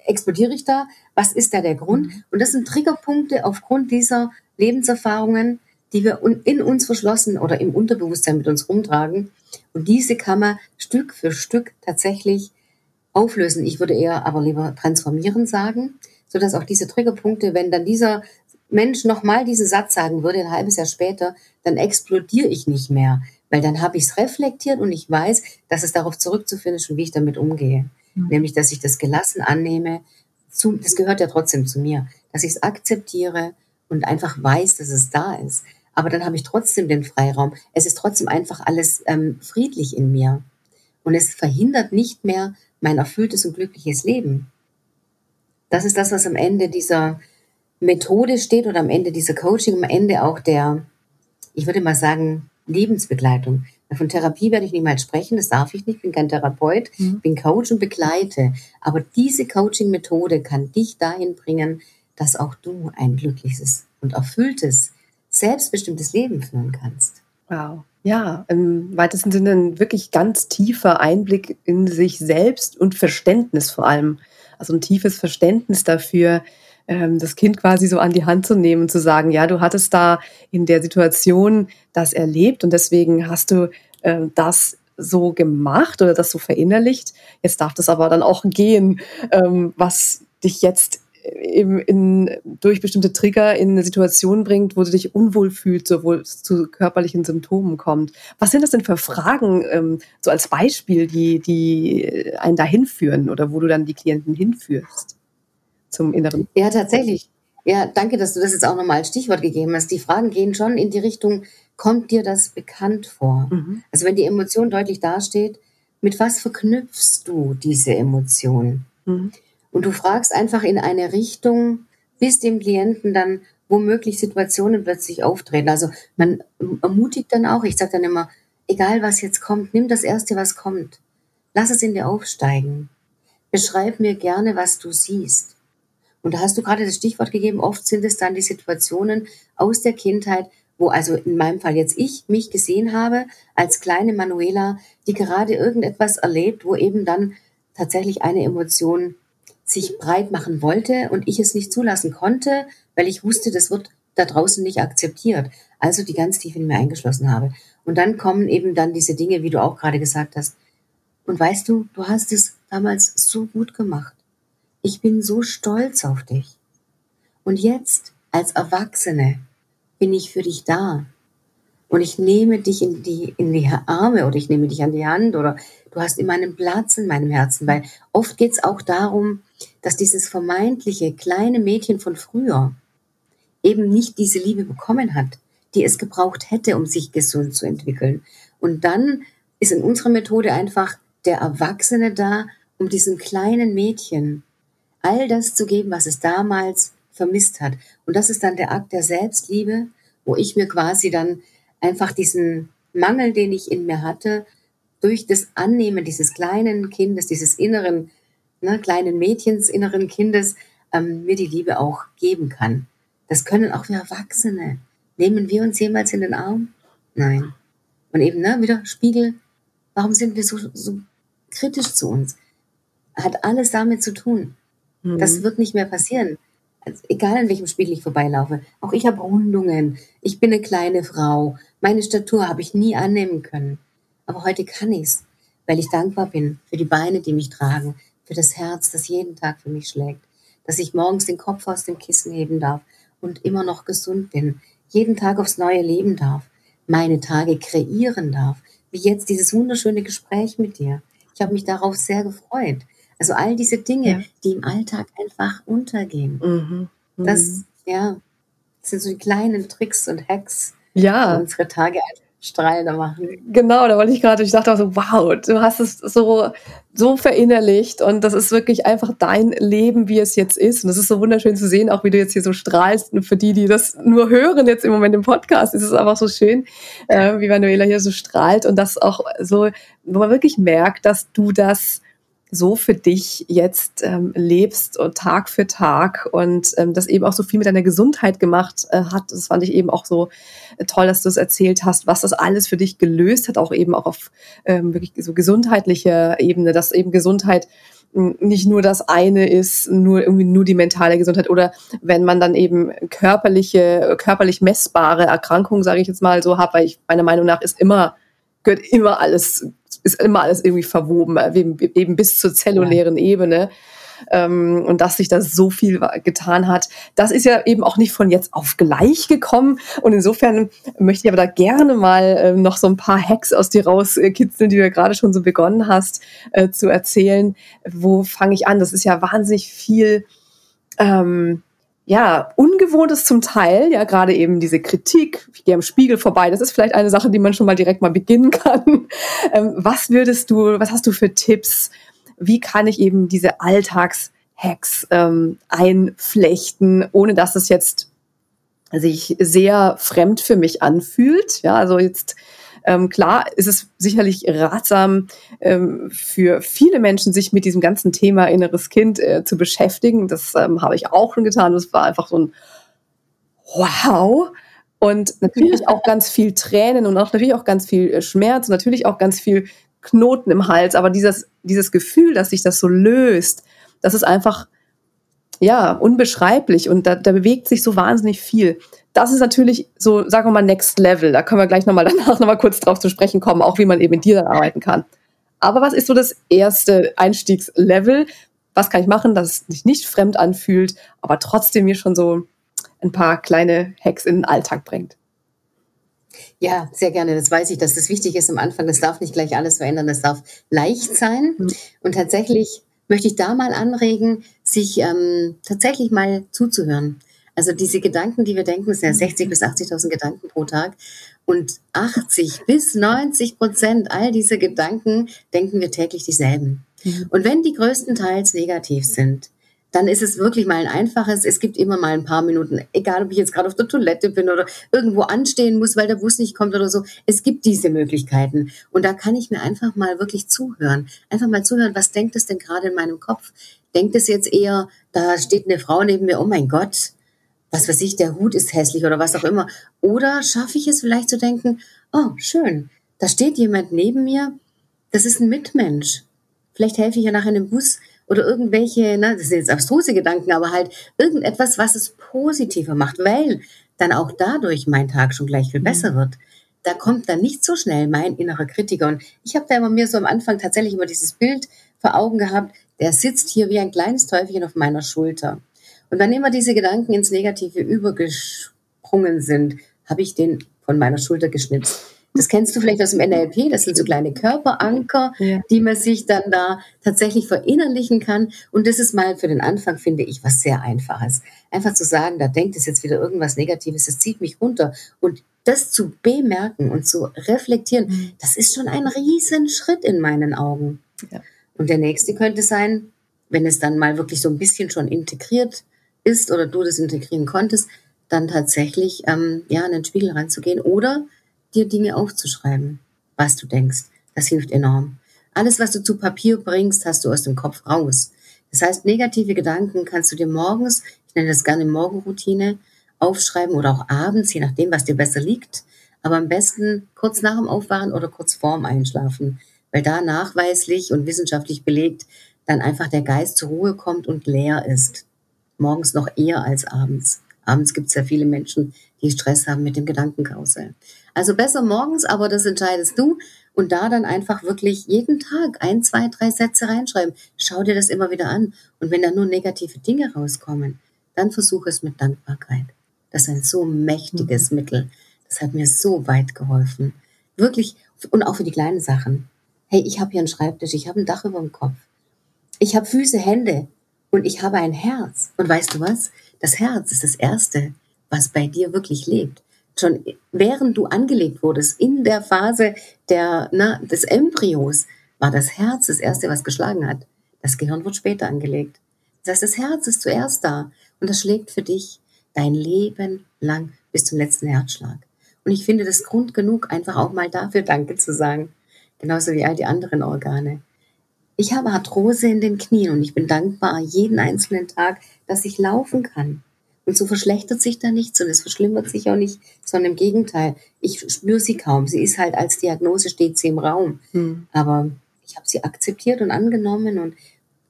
explodiere ich da? Was ist da der Grund? Und das sind Triggerpunkte aufgrund dieser Lebenserfahrungen, die wir in uns verschlossen oder im Unterbewusstsein mit uns rumtragen. Und diese kann man Stück für Stück tatsächlich auflösen. Ich würde eher aber lieber transformieren sagen, sodass auch diese Triggerpunkte, wenn dann dieser Mensch nochmal diesen Satz sagen würde, ein halbes Jahr später, dann explodiere ich nicht mehr. Weil dann habe ich es reflektiert und ich weiß, dass es darauf zurückzuführen ist und wie ich damit umgehe. Nämlich, dass ich das gelassen annehme. Das gehört ja trotzdem zu mir. Dass ich es akzeptiere und einfach weiß, dass es da ist. Aber dann habe ich trotzdem den Freiraum. Es ist trotzdem einfach alles friedlich in mir. Und es verhindert nicht mehr mein erfülltes und glückliches Leben. Das ist das, was am Ende dieser Methode steht oder am Ende dieser Coaching, am Ende auch der, ich würde mal sagen, Lebensbegleitung. Von Therapie werde ich niemals sprechen, das darf ich nicht, bin kein Therapeut, bin Coach und begleite. Aber diese Coaching-Methode kann dich dahin bringen, dass auch du ein glückliches und erfülltes, selbstbestimmtes Leben führen kannst. Wow. Ja, im weitesten Sinne ein wirklich ganz tiefer Einblick in sich selbst und Verständnis vor allem. Also ein tiefes Verständnis dafür, das Kind quasi so an die Hand zu nehmen und zu sagen, ja, du hattest da in der Situation das erlebt und deswegen hast du das so gemacht oder das so verinnerlicht. Jetzt darf das aber dann auch gehen, was dich jetzt durch bestimmte Trigger in eine Situation bringt, wo du dich unwohl fühlst, sowohl zu körperlichen Symptomen kommt. Was sind das denn für Fragen, so als Beispiel, die einen dahin führen oder wo du dann die Klienten hinführst zum Inneren? Ja, tatsächlich. Ja, danke, dass du das jetzt auch nochmal als Stichwort gegeben hast. Die Fragen gehen schon in die Richtung, kommt dir das bekannt vor? Also wenn die Emotion deutlich dasteht, mit was verknüpfst du diese Emotion? Und du fragst einfach in eine Richtung, bis dem Klienten dann womöglich Situationen plötzlich auftreten. Also man ermutigt dann auch, ich sage dann immer, egal was jetzt kommt, nimm das Erste, was kommt. Lass es in dir aufsteigen. Beschreib mir gerne, was du siehst. Und da hast du gerade das Stichwort gegeben, oft sind es dann die Situationen aus der Kindheit, wo also in meinem Fall jetzt ich mich gesehen habe als kleine Manuela, die gerade irgendetwas erlebt, wo eben dann tatsächlich eine Emotion sich breit machen wollte und ich es nicht zulassen konnte, weil ich wusste, das wird da draußen nicht akzeptiert. Also die ganz tief in mir eingeschlossen habe. Und dann kommen eben dann diese Dinge, wie du auch gerade gesagt hast. Und weißt du, du hast es damals so gut gemacht. Ich bin so stolz auf dich. Und jetzt, als Erwachsene, bin ich für dich da. Und ich nehme dich in die Arme oder ich nehme dich an die Hand oder du hast immer einen Platz in meinem Herzen. Weil oft geht es auch darum, dass dieses vermeintliche kleine Mädchen von früher eben nicht diese Liebe bekommen hat, die es gebraucht hätte, um sich gesund zu entwickeln. Und dann ist in unserer Methode einfach der Erwachsene da, um diesem kleinen Mädchen all das zu geben, was es damals vermisst hat. Und das ist dann der Akt der Selbstliebe, wo ich mir quasi dann einfach diesen Mangel, den ich in mir hatte, durch das Annehmen dieses kleinen Kindes, dieses inneren, kleinen Mädchens, inneren Kindes, mir die Liebe auch geben kann. Das können auch wir Erwachsene. Nehmen wir uns jemals in den Arm? Nein. Und eben, wieder Spiegel. Warum sind wir so kritisch zu uns? Hat alles damit zu tun. Das wird nicht mehr passieren. Also, egal in welchem Spiegel ich vorbeilaufe. Auch ich habe Rundungen. Ich bin eine kleine Frau. Meine Statur habe ich nie annehmen können. Aber heute kann ich's, weil ich dankbar bin für die Beine, die mich tragen, für das Herz, das jeden Tag für mich schlägt, dass ich morgens den Kopf aus dem Kissen heben darf und immer noch gesund bin, jeden Tag aufs Neue leben darf, meine Tage kreieren darf, wie jetzt dieses wunderschöne Gespräch mit dir. Ich habe mich darauf sehr gefreut. Also all diese Dinge, die im Alltag einfach untergehen. Das sind so die kleinen Tricks und Hacks, die unsere Tage einfach strahlender machen. Genau, da wollte ich dachte auch so, wow, du hast es so verinnerlicht und das ist wirklich einfach dein Leben, wie es jetzt ist. Und das ist so wunderschön zu sehen, auch wie du jetzt hier so strahlst. Und für die das nur hören jetzt im Moment im Podcast, ist es einfach so schön, wie Manuela hier so strahlt und das auch so, wo man wirklich merkt, dass du das so für dich jetzt lebst und Tag für Tag und das eben auch so viel mit deiner Gesundheit gemacht hat. Das fand ich eben auch so toll, dass du es erzählt hast, was das alles für dich gelöst hat, auch eben auch auf wirklich so gesundheitlicher Ebene, dass eben Gesundheit nicht nur das eine ist, nur die mentale Gesundheit, oder wenn man dann eben körperlich messbare Erkrankungen, sage ich jetzt mal so, hat, weil ich meiner Meinung nach ist immer alles irgendwie verwoben, eben bis zur zellulären Ebene. Und dass sich da so viel getan hat. Das ist ja eben auch nicht von jetzt auf gleich gekommen. Und insofern möchte ich aber da gerne mal noch so ein paar Hacks aus dir rauskitzeln, die du ja gerade schon so begonnen hast zu erzählen. Wo fange ich an? Das ist ja wahnsinnig viel Ungewohntes zum Teil, ja, gerade eben diese Kritik, ich gehe am Spiegel vorbei, das ist vielleicht eine Sache, die man schon mal direkt mal beginnen kann. Was hast du für Tipps? Wie kann ich eben diese Alltagshacks einflechten, ohne dass es jetzt sich sehr fremd für mich anfühlt? Ja, also jetzt klar ist es sicherlich ratsam für viele Menschen, sich mit diesem ganzen Thema inneres Kind zu beschäftigen. Das habe ich auch schon getan. Das war einfach so ein Wow. Und natürlich auch ganz viel Tränen und auch natürlich auch ganz viel Schmerz und natürlich auch ganz viel Knoten im Hals, aber dieses Gefühl, dass sich das so löst, das ist einfach, ja, unbeschreiblich und da bewegt sich so wahnsinnig viel. Das ist natürlich so, sagen wir mal, Next Level. Da können wir gleich danach nochmal kurz drauf zu sprechen kommen, auch wie man eben mit dir dann arbeiten kann. Aber was ist so das erste Einstiegslevel? Was kann ich machen, dass es sich nicht fremd anfühlt, aber trotzdem mir schon so ein paar kleine Hacks in den Alltag bringt? Ja, sehr gerne. Das weiß ich, dass das wichtig ist am Anfang. Das darf nicht gleich alles verändern. Das darf leicht sein. Und tatsächlich möchte ich da mal anregen, sich tatsächlich mal zuzuhören. Also diese Gedanken, die wir denken, sind ja 60.000 bis 80.000 Gedanken pro Tag. Und 80 bis 90% all diese Gedanken denken wir täglich dieselben. Und wenn die größtenteils negativ sind, dann ist es wirklich mal ein einfaches, es gibt immer mal ein paar Minuten, egal ob ich jetzt gerade auf der Toilette bin oder irgendwo anstehen muss, weil der Bus nicht kommt oder so. Es gibt diese Möglichkeiten. Und da kann ich mir einfach mal wirklich zuhören. Einfach mal zuhören, was denkt es denn gerade in meinem Kopf? Denkt es jetzt eher, da steht eine Frau neben mir, oh mein Gott, was weiß ich, der Hut ist hässlich oder was auch immer. Oder schaffe ich es vielleicht zu denken, oh schön, da steht jemand neben mir, das ist ein Mitmensch. Vielleicht helfe ich ja nachher in dem Bus oder irgendwelche, das sind jetzt abstruse Gedanken, aber halt irgendetwas, was es positiver macht, weil dann auch dadurch mein Tag schon gleich viel besser wird. Da kommt dann nicht so schnell mein innerer Kritiker. Und ich habe da immer mir so am Anfang tatsächlich immer dieses Bild vor Augen gehabt, der sitzt hier wie ein kleines Teufelchen auf meiner Schulter. Und wenn immer diese Gedanken ins Negative übergesprungen sind, habe ich den von meiner Schulter geschnipst. Das kennst du vielleicht aus dem NLP, das sind so kleine Körperanker, die man sich dann da tatsächlich verinnerlichen kann. Und das ist mal für den Anfang, finde ich, was sehr Einfaches. Einfach zu sagen, da denkt es jetzt wieder irgendwas Negatives, das zieht mich runter. Und das zu bemerken und zu reflektieren, das ist schon ein riesen Schritt in meinen Augen. Ja. Und der nächste könnte sein, wenn es dann mal wirklich so ein bisschen schon integriert ist oder du das integrieren konntest, dann tatsächlich an den Spiegel ranzugehen oder dir Dinge aufzuschreiben, was du denkst. Das hilft enorm. Alles, was du zu Papier bringst, hast du aus dem Kopf raus. Das heißt, negative Gedanken kannst du dir morgens, ich nenne das gerne Morgenroutine, aufschreiben oder auch abends, je nachdem, was dir besser liegt. Aber am besten kurz nach dem Aufwachen oder kurz vorm Einschlafen, weil da nachweislich und wissenschaftlich belegt dann einfach der Geist zur Ruhe kommt und leer ist. Morgens noch eher als abends. Abends gibt es ja viele Menschen, die Stress haben mit dem Gedankenkarussell. Also besser morgens, aber das entscheidest du. Und da dann einfach wirklich jeden Tag 1, 2, 3 Sätze reinschreiben. Schau dir das immer wieder an. Und wenn da nur negative Dinge rauskommen, dann versuch es mit Dankbarkeit. Das ist ein so mächtiges Mittel. Das hat mir so weit geholfen. Wirklich, und auch für die kleinen Sachen. Hey, ich habe hier einen Schreibtisch, ich habe ein Dach über dem Kopf. Ich habe Füße, Hände und ich habe ein Herz. Und weißt du was? Das Herz ist das Erste, was bei dir wirklich lebt. Schon während du angelegt wurdest, in der Phase des Embryos, war das Herz das Erste, was geschlagen hat. Das Gehirn wird später angelegt. Das heißt, das Herz ist zuerst da und das schlägt für dich dein Leben lang bis zum letzten Herzschlag. Und ich finde das Grund genug, einfach auch mal dafür Danke zu sagen. Genauso wie all die anderen Organe. Ich habe Arthrose in den Knien und ich bin dankbar jeden einzelnen Tag, dass ich laufen kann. Und so verschlechtert sich da nichts und es verschlimmert sich auch nicht, sondern im Gegenteil. Ich spüre sie kaum. Sie ist halt als Diagnose, steht sie im Raum. Aber ich habe sie akzeptiert und angenommen und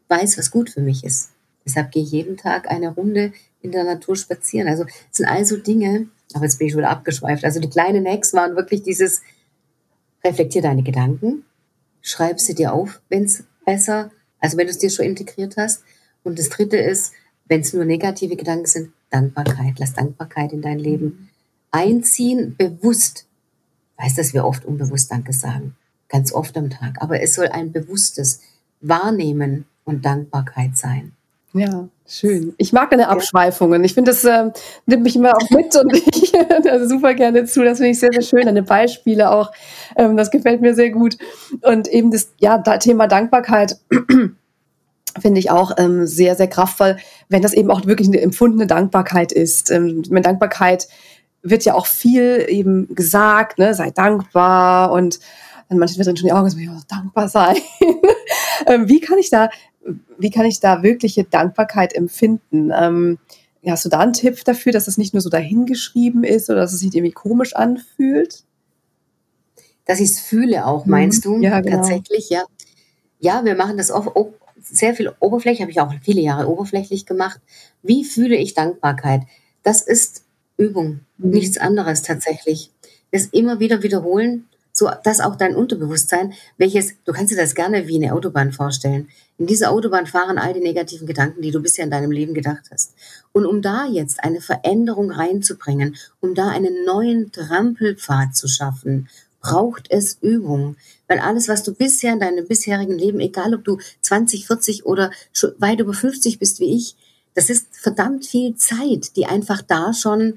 weiß, was gut für mich ist. Deshalb gehe ich jeden Tag eine Runde in der Natur spazieren. Also es sind also Dinge, aber jetzt bin ich schon wieder abgeschweift. Also die kleinen Hacks waren wirklich dieses, reflektier deine Gedanken, schreib sie dir auf, wenn es besser, also wenn du es dir schon integriert hast. Und das Dritte ist, wenn es nur negative Gedanken sind, Dankbarkeit. Lass Dankbarkeit in dein Leben einziehen, bewusst. Ich weiß, dass wir oft unbewusst Danke sagen, ganz oft am Tag. Aber es soll ein bewusstes Wahrnehmen und Dankbarkeit sein. Ja, schön. Ich mag deine Abschweifungen. Ich finde, das nimmt mich immer auch mit und ich also super gerne zu. Das finde ich sehr, sehr schön. Deine Beispiele auch. Das gefällt mir sehr gut. Und eben das Thema Dankbarkeit finde ich auch sehr, sehr kraftvoll, wenn das eben auch wirklich eine empfundene Dankbarkeit ist. Mit Dankbarkeit wird ja auch viel eben gesagt, ne? Sei dankbar und dann manchmal drin schon die Augen, so, ich muss dankbar sein. Wie kann ich da wirkliche Dankbarkeit empfinden? Hast du da einen Tipp dafür, dass es nicht nur so dahingeschrieben ist oder dass es sich irgendwie komisch anfühlt? Dass ich es fühle auch, meinst du? Ja, genau. Tatsächlich, ja. Ja, wir machen das oft, sehr viel oberflächlich, habe ich auch viele Jahre oberflächlich gemacht. Wie fühle ich Dankbarkeit? Das ist Übung, nichts anderes tatsächlich. Das immer wieder wiederholen, so dass auch dein Unterbewusstsein, du kannst dir das gerne wie eine Autobahn vorstellen. In dieser Autobahn fahren all die negativen Gedanken, die du bisher in deinem Leben gedacht hast. Und um da jetzt eine Veränderung reinzubringen, um da einen neuen Trampelpfad zu schaffen, braucht es Übung. Weil alles, was du bisher in deinem bisherigen Leben, egal ob du 20, 40 oder schon weit über 50 bist wie ich, das ist verdammt viel Zeit, die einfach da schon,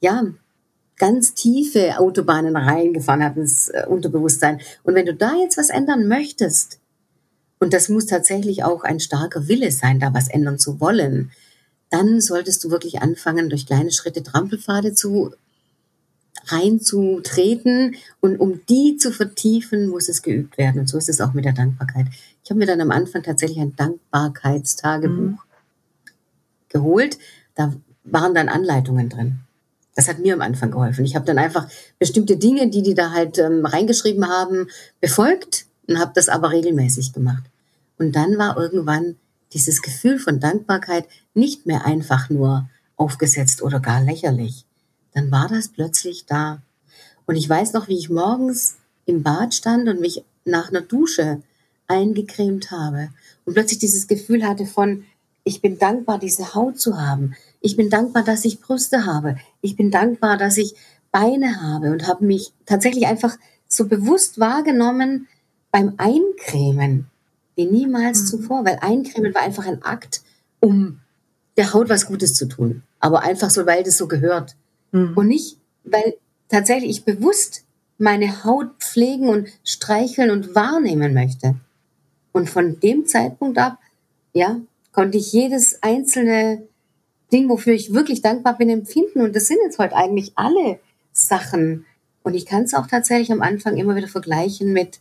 ganz tiefe Autobahnen reingefahren hat ins Unterbewusstsein. Und wenn du da jetzt was ändern möchtest, und das muss tatsächlich auch ein starker Wille sein, da was ändern zu wollen, dann solltest du wirklich anfangen, durch kleine Schritte Trampelpfade reinzutreten, und um die zu vertiefen, muss es geübt werden. Und so ist es auch mit der Dankbarkeit. Ich habe mir dann am Anfang tatsächlich ein Dankbarkeitstagebuch geholt. Da waren dann Anleitungen drin. Das hat mir am Anfang geholfen. Ich habe dann einfach bestimmte Dinge, die da halt reingeschrieben haben, befolgt und habe das aber regelmäßig gemacht. Und dann war irgendwann dieses Gefühl von Dankbarkeit nicht mehr einfach nur aufgesetzt oder gar lächerlich. Dann war das plötzlich da. Und ich weiß noch, wie ich morgens im Bad stand und mich nach einer Dusche eingecremt habe und plötzlich dieses Gefühl hatte von, ich bin dankbar, diese Haut zu haben. Ich bin dankbar, dass ich Brüste habe. Ich bin dankbar, dass ich Beine habe, und habe mich tatsächlich einfach so bewusst wahrgenommen beim Eincremen wie niemals zuvor, weil Eincremen war einfach ein Akt, um der Haut was Gutes zu tun. Aber einfach so, weil das so gehört. Und nicht, weil tatsächlich ich bewusst meine Haut pflegen und streicheln und wahrnehmen möchte. Und von dem Zeitpunkt ab, konnte ich jedes einzelne Ding, wofür ich wirklich dankbar bin, empfinden. Und das sind jetzt heute eigentlich alle Sachen. Und ich kann es auch tatsächlich am Anfang immer wieder vergleichen mit,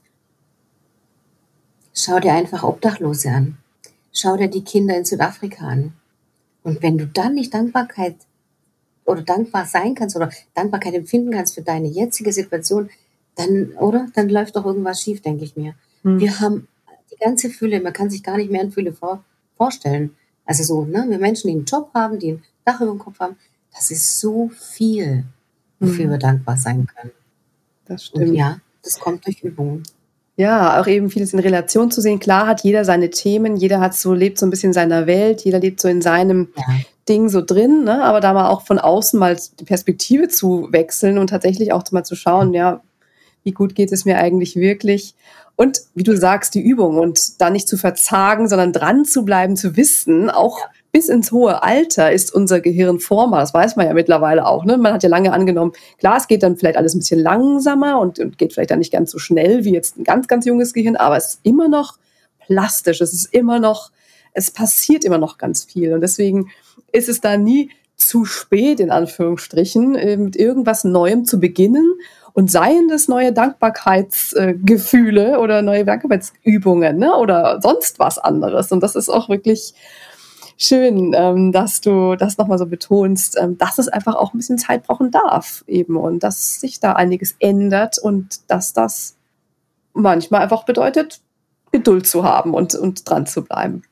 schau dir einfach Obdachlose an. Schau dir die Kinder in Südafrika an. Und wenn du dann nicht Dankbarkeit oder dankbar sein kannst oder Dankbarkeit empfinden kannst für deine jetzige Situation, dann läuft doch irgendwas schief, denke ich mir. Wir haben die ganze Fülle, man kann sich gar nicht mehr an Fülle vorstellen. Also so, wir Menschen, die einen Job haben, die ein Dach über dem Kopf haben, das ist so viel, wofür wir dankbar sein können. Das stimmt. Und das kommt durch Übungen. Ja, auch eben vieles in Relation zu sehen. Klar hat jeder seine Themen, jeder lebt so ein bisschen in seiner Welt, jeder lebt so in seinem Ding so drin, ne? Aber da mal auch von außen mal die Perspektive zu wechseln und tatsächlich auch mal zu schauen, wie gut geht es mir eigentlich wirklich? Und wie du sagst, die Übung und da nicht zu verzagen, sondern dran zu bleiben, zu wissen, auch bis ins hohe Alter ist unser Gehirn formbar. Das weiß man ja mittlerweile auch. Ne? Man hat ja lange angenommen, klar, es geht dann vielleicht alles ein bisschen langsamer und geht vielleicht dann nicht ganz so schnell wie jetzt ein ganz, ganz junges Gehirn, aber es ist immer noch plastisch. Es passiert immer noch ganz viel. Und deswegen ist es da nie zu spät, in Anführungsstrichen, mit irgendwas Neuem zu beginnen. Und seien das neue Dankbarkeitsgefühle oder neue Dankbarkeitsübungen, ne? Oder sonst was anderes. Und das ist auch wirklich schön, dass du das nochmal so betonst, dass es einfach auch ein bisschen Zeit brauchen darf eben und dass sich da einiges ändert und dass das manchmal einfach bedeutet, Geduld zu haben und dran zu bleiben.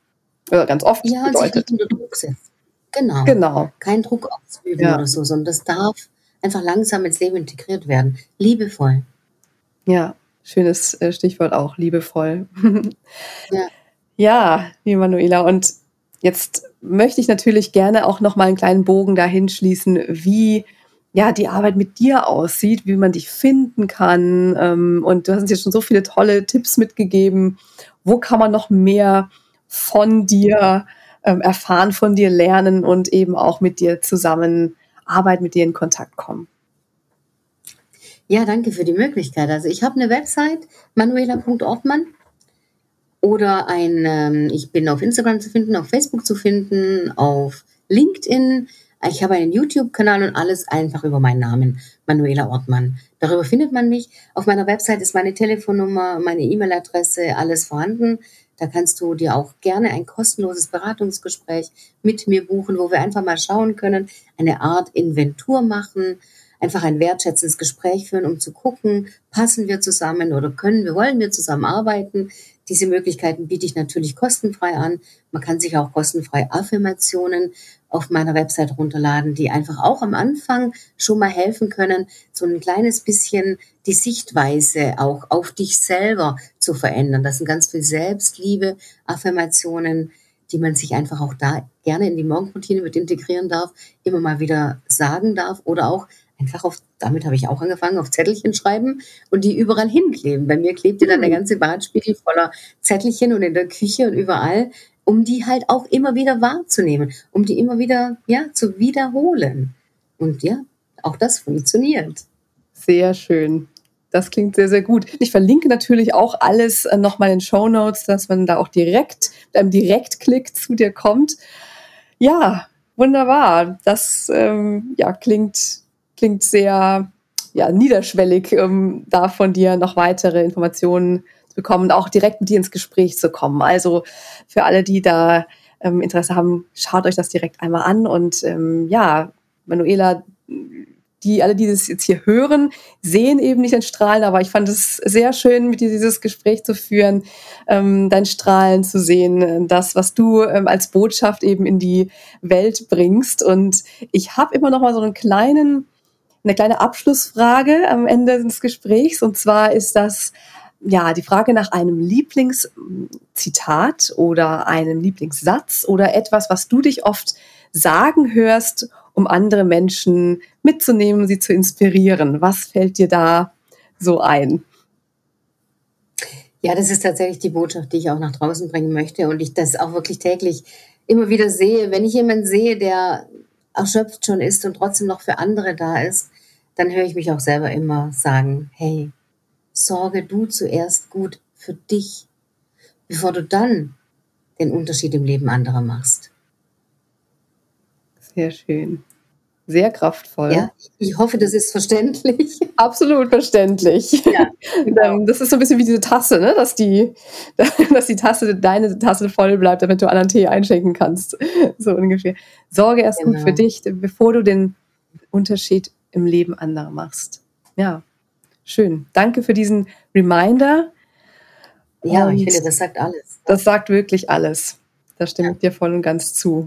oder ganz oft Ja, und sich bedeutet. nicht unter Druck setzt. Genau. Genau. Kein Druck ausüben Ja. oder so, sondern das darf einfach langsam ins Leben integriert werden. Liebevoll. Ja, schönes Stichwort auch, liebevoll. Ja. Ja, liebe Manuela, und jetzt möchte ich natürlich gerne auch noch mal einen kleinen Bogen dahin schließen, wie ja die Arbeit mit dir aussieht, wie man dich finden kann. Und du hast uns jetzt schon so viele tolle Tipps mitgegeben. Wo kann man noch mehr von dir erfahren, von dir lernen und eben auch mit dir zusammen arbeiten, mit dir in Kontakt kommen? Ja, danke für die Möglichkeit. Also ich habe eine Website, manuela.ortmann. Oder ich bin auf Instagram zu finden, auf Facebook zu finden, auf LinkedIn. Ich habe einen YouTube-Kanal und alles einfach über meinen Namen, Manuela Ortmann. Darüber findet man mich. Auf meiner Website ist meine Telefonnummer, meine E-Mail-Adresse, alles vorhanden. Da kannst du dir auch gerne ein kostenloses Beratungsgespräch mit mir buchen, wo wir einfach mal schauen können, eine Art Inventur machen, einfach ein wertschätzendes Gespräch führen, um zu gucken, passen wir zusammen oder wollen wir zusammenarbeiten. Diese Möglichkeiten biete ich natürlich kostenfrei an. Man kann sich auch kostenfrei Affirmationen auf meiner Website runterladen, die einfach auch am Anfang schon mal helfen können, so ein kleines bisschen die Sichtweise auch auf dich selber zu verändern. Das sind ganz viel Selbstliebe, Affirmationen, die man sich einfach auch da gerne in die Morgenroutine mit integrieren darf, immer mal wieder sagen darf oder auch einfach damit habe ich auch angefangen, auf Zettelchen schreiben und die überall hinkleben. Bei mir klebte dann der ganze Badspiegel voller Zettelchen und in der Küche und überall, um die halt auch immer wieder wahrzunehmen, um die immer wieder, ja, zu wiederholen. Und ja, auch das funktioniert. Sehr schön. Das klingt sehr, sehr gut. Ich verlinke natürlich auch alles nochmal in den Shownotes, dass man da auch direkt mit einem Direktklick zu dir kommt. Ja, wunderbar. Das klingt sehr niederschwellig, da von dir noch weitere Informationen zu bekommen und auch direkt mit dir ins Gespräch zu kommen. Also für alle, die da Interesse haben, schaut euch das direkt einmal an. Und Manuela, alle, die das jetzt hier hören, sehen eben nicht dein Strahlen, aber ich fand es sehr schön, mit dir dieses Gespräch zu führen, dein Strahlen zu sehen, das, was du als Botschaft eben in die Welt bringst. Und ich habe immer noch mal so eine kleine Abschlussfrage am Ende des Gesprächs. Und zwar ist das die Frage nach einem Lieblingszitat oder einem Lieblingssatz oder etwas, was du dich oft sagen hörst, um andere Menschen mitzunehmen, sie zu inspirieren. Was fällt dir da so ein? Ja, das ist tatsächlich die Botschaft, die ich auch nach draußen bringen möchte und ich das auch wirklich täglich immer wieder sehe. Wenn ich jemanden sehe, der erschöpft schon ist und trotzdem noch für andere da ist, dann höre ich mich auch selber immer sagen, hey, sorge du zuerst gut für dich, bevor du dann den Unterschied im Leben anderer machst. Sehr schön. Sehr kraftvoll. Ja, ich hoffe, das ist verständlich. Absolut verständlich. Ja, genau. Das ist so ein bisschen wie diese Tasse, ne? dass die Tasse, deine Tasse voll bleibt, damit du anderen Tee einschenken kannst. So ungefähr. Sorge erst gut für dich, bevor du den Unterschied im Leben anderer machst. Ja, schön. Danke für diesen Reminder. Ja, ich finde, das sagt alles. Das sagt wirklich alles. Da stimme ich dir voll und ganz zu.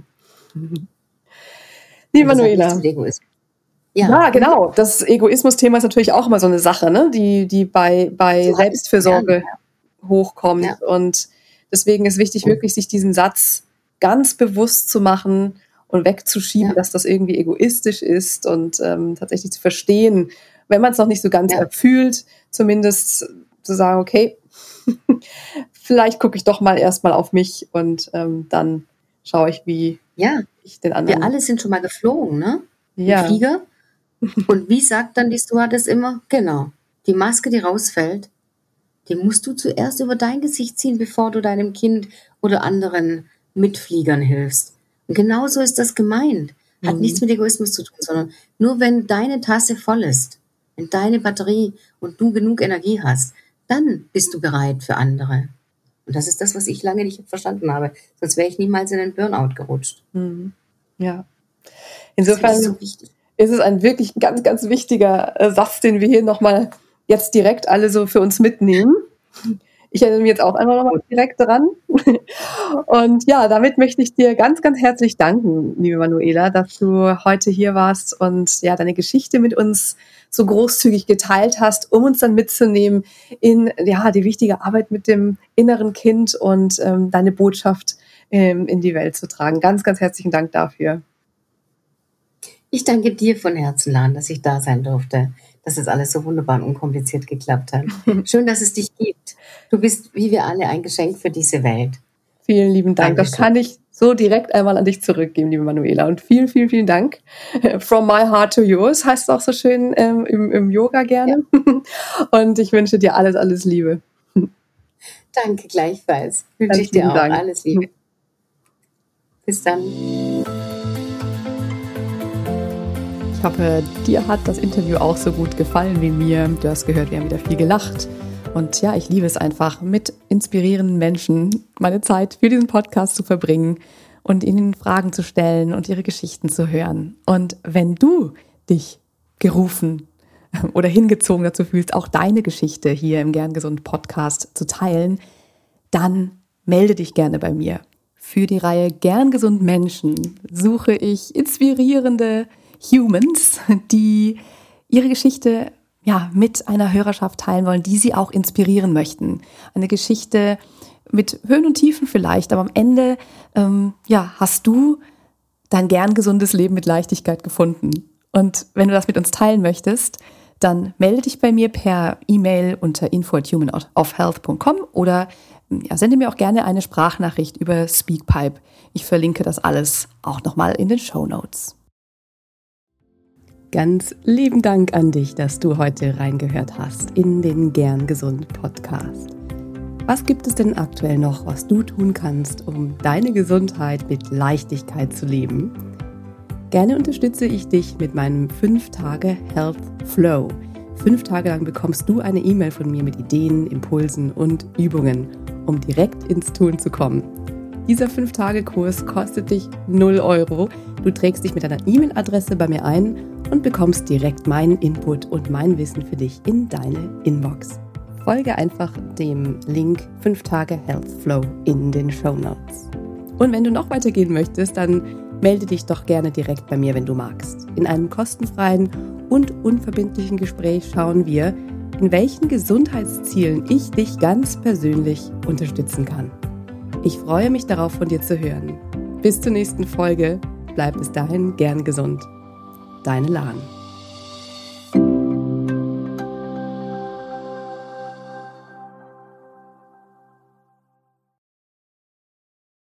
Liebe Manuela. Ja, genau. Das Egoismus-Thema ist natürlich auch immer so eine Sache, ne? die bei Selbstfürsorge hochkommt. Ja. Und deswegen ist wichtig, wirklich sich diesen Satz ganz bewusst zu machen und wegzuschieben, dass das irgendwie egoistisch ist und tatsächlich zu verstehen, wenn man es noch nicht so ganz erfühlt, zumindest zu sagen, okay, vielleicht gucke ich doch mal erstmal auf mich und dann schaue ich, wie ich den anderen... Wir alle sind schon mal geflogen, ne? Ja. Im Flieger. Und wie sagt dann die Stewardess immer? Genau, die Maske, die rausfällt, die musst du zuerst über dein Gesicht ziehen, bevor du deinem Kind oder anderen Mitfliegern hilfst. Und genauso ist das gemeint. Hat nichts mit Egoismus zu tun, sondern nur wenn deine Tasse voll ist, wenn deine Batterie und du genug Energie hast, dann bist du bereit für andere. Und das ist das, was ich lange nicht verstanden habe. Sonst wäre ich niemals in den Burnout gerutscht. Ja. Insofern so ist es ein wirklich ganz, ganz wichtiger Satz, den wir hier nochmal jetzt direkt alle so für uns mitnehmen. Ich erinnere mich jetzt auch einfach nochmal direkt dran. Und ja, damit möchte ich dir ganz, ganz herzlich danken, liebe Manuela, dass du heute hier warst und ja, deine Geschichte mit uns so großzügig geteilt hast, um uns dann mitzunehmen in ja, die wichtige Arbeit mit dem inneren Kind und deine Botschaft in die Welt zu tragen. Ganz, ganz herzlichen Dank dafür. Ich danke dir von Herzen, Lan, dass ich da sein durfte, dass es alles so wunderbar und unkompliziert geklappt hat. Schön, dass es dich gibt. Du bist, wie wir alle, ein Geschenk für diese Welt. Vielen lieben Dank. Dankeschön. Das kann ich so direkt einmal an dich zurückgeben, liebe Manuela. Und vielen, vielen, vielen Dank. From my heart to yours heißt es auch so schön im Yoga gerne. Ja. Und ich wünsche dir alles, alles Liebe. Danke, gleichfalls. Wünsche ich dir auch. Dank. Alles Liebe. Bis dann. Ich hoffe, dir hat das Interview auch so gut gefallen wie mir. Du hast gehört, wir haben wieder viel gelacht. Und ja, ich liebe es einfach, mit inspirierenden Menschen meine Zeit für diesen Podcast zu verbringen und ihnen Fragen zu stellen und ihre Geschichten zu hören. Und wenn du dich gerufen oder hingezogen dazu fühlst, auch deine Geschichte hier im Gern Gesund Podcast zu teilen, dann melde dich gerne bei mir. Für die Reihe Gern Gesund Menschen suche ich inspirierende Humans, die ihre Geschichte mit einer Hörerschaft teilen wollen, die sie auch inspirieren möchten. Eine Geschichte mit Höhen und Tiefen vielleicht, aber am Ende hast du dein gern gesundes Leben mit Leichtigkeit gefunden. Und wenn du das mit uns teilen möchtest, dann melde dich bei mir per E-Mail unter info@humanofhealth.com oder sende mir auch gerne eine Sprachnachricht über Speakpipe. Ich verlinke das alles auch nochmal in den Shownotes. Ganz lieben Dank an dich, dass du heute reingehört hast in den Gern Gesund Podcast. Was gibt es denn aktuell noch, was du tun kannst, um deine Gesundheit mit Leichtigkeit zu leben? Gerne unterstütze ich dich mit meinem 5-Tage Health Flow. 5 Tage lang bekommst du eine E-Mail von mir mit Ideen, Impulsen und Übungen, um direkt ins Tun zu kommen. Dieser 5-Tage-Kurs kostet dich 0 €. Du trägst dich mit deiner E-Mail-Adresse bei mir ein und bekommst direkt meinen Input und mein Wissen für dich in deine Inbox. Folge einfach dem Link 5 Tage Health Flow in den Shownotes. Und wenn du noch weitergehen möchtest, dann melde dich doch gerne direkt bei mir, wenn du magst. In einem kostenfreien und unverbindlichen Gespräch schauen wir, in welchen Gesundheitszielen ich dich ganz persönlich unterstützen kann. Ich freue mich darauf, von dir zu hören. Bis zur nächsten Folge. Bleib bis dahin gern gesund. Deine Lan.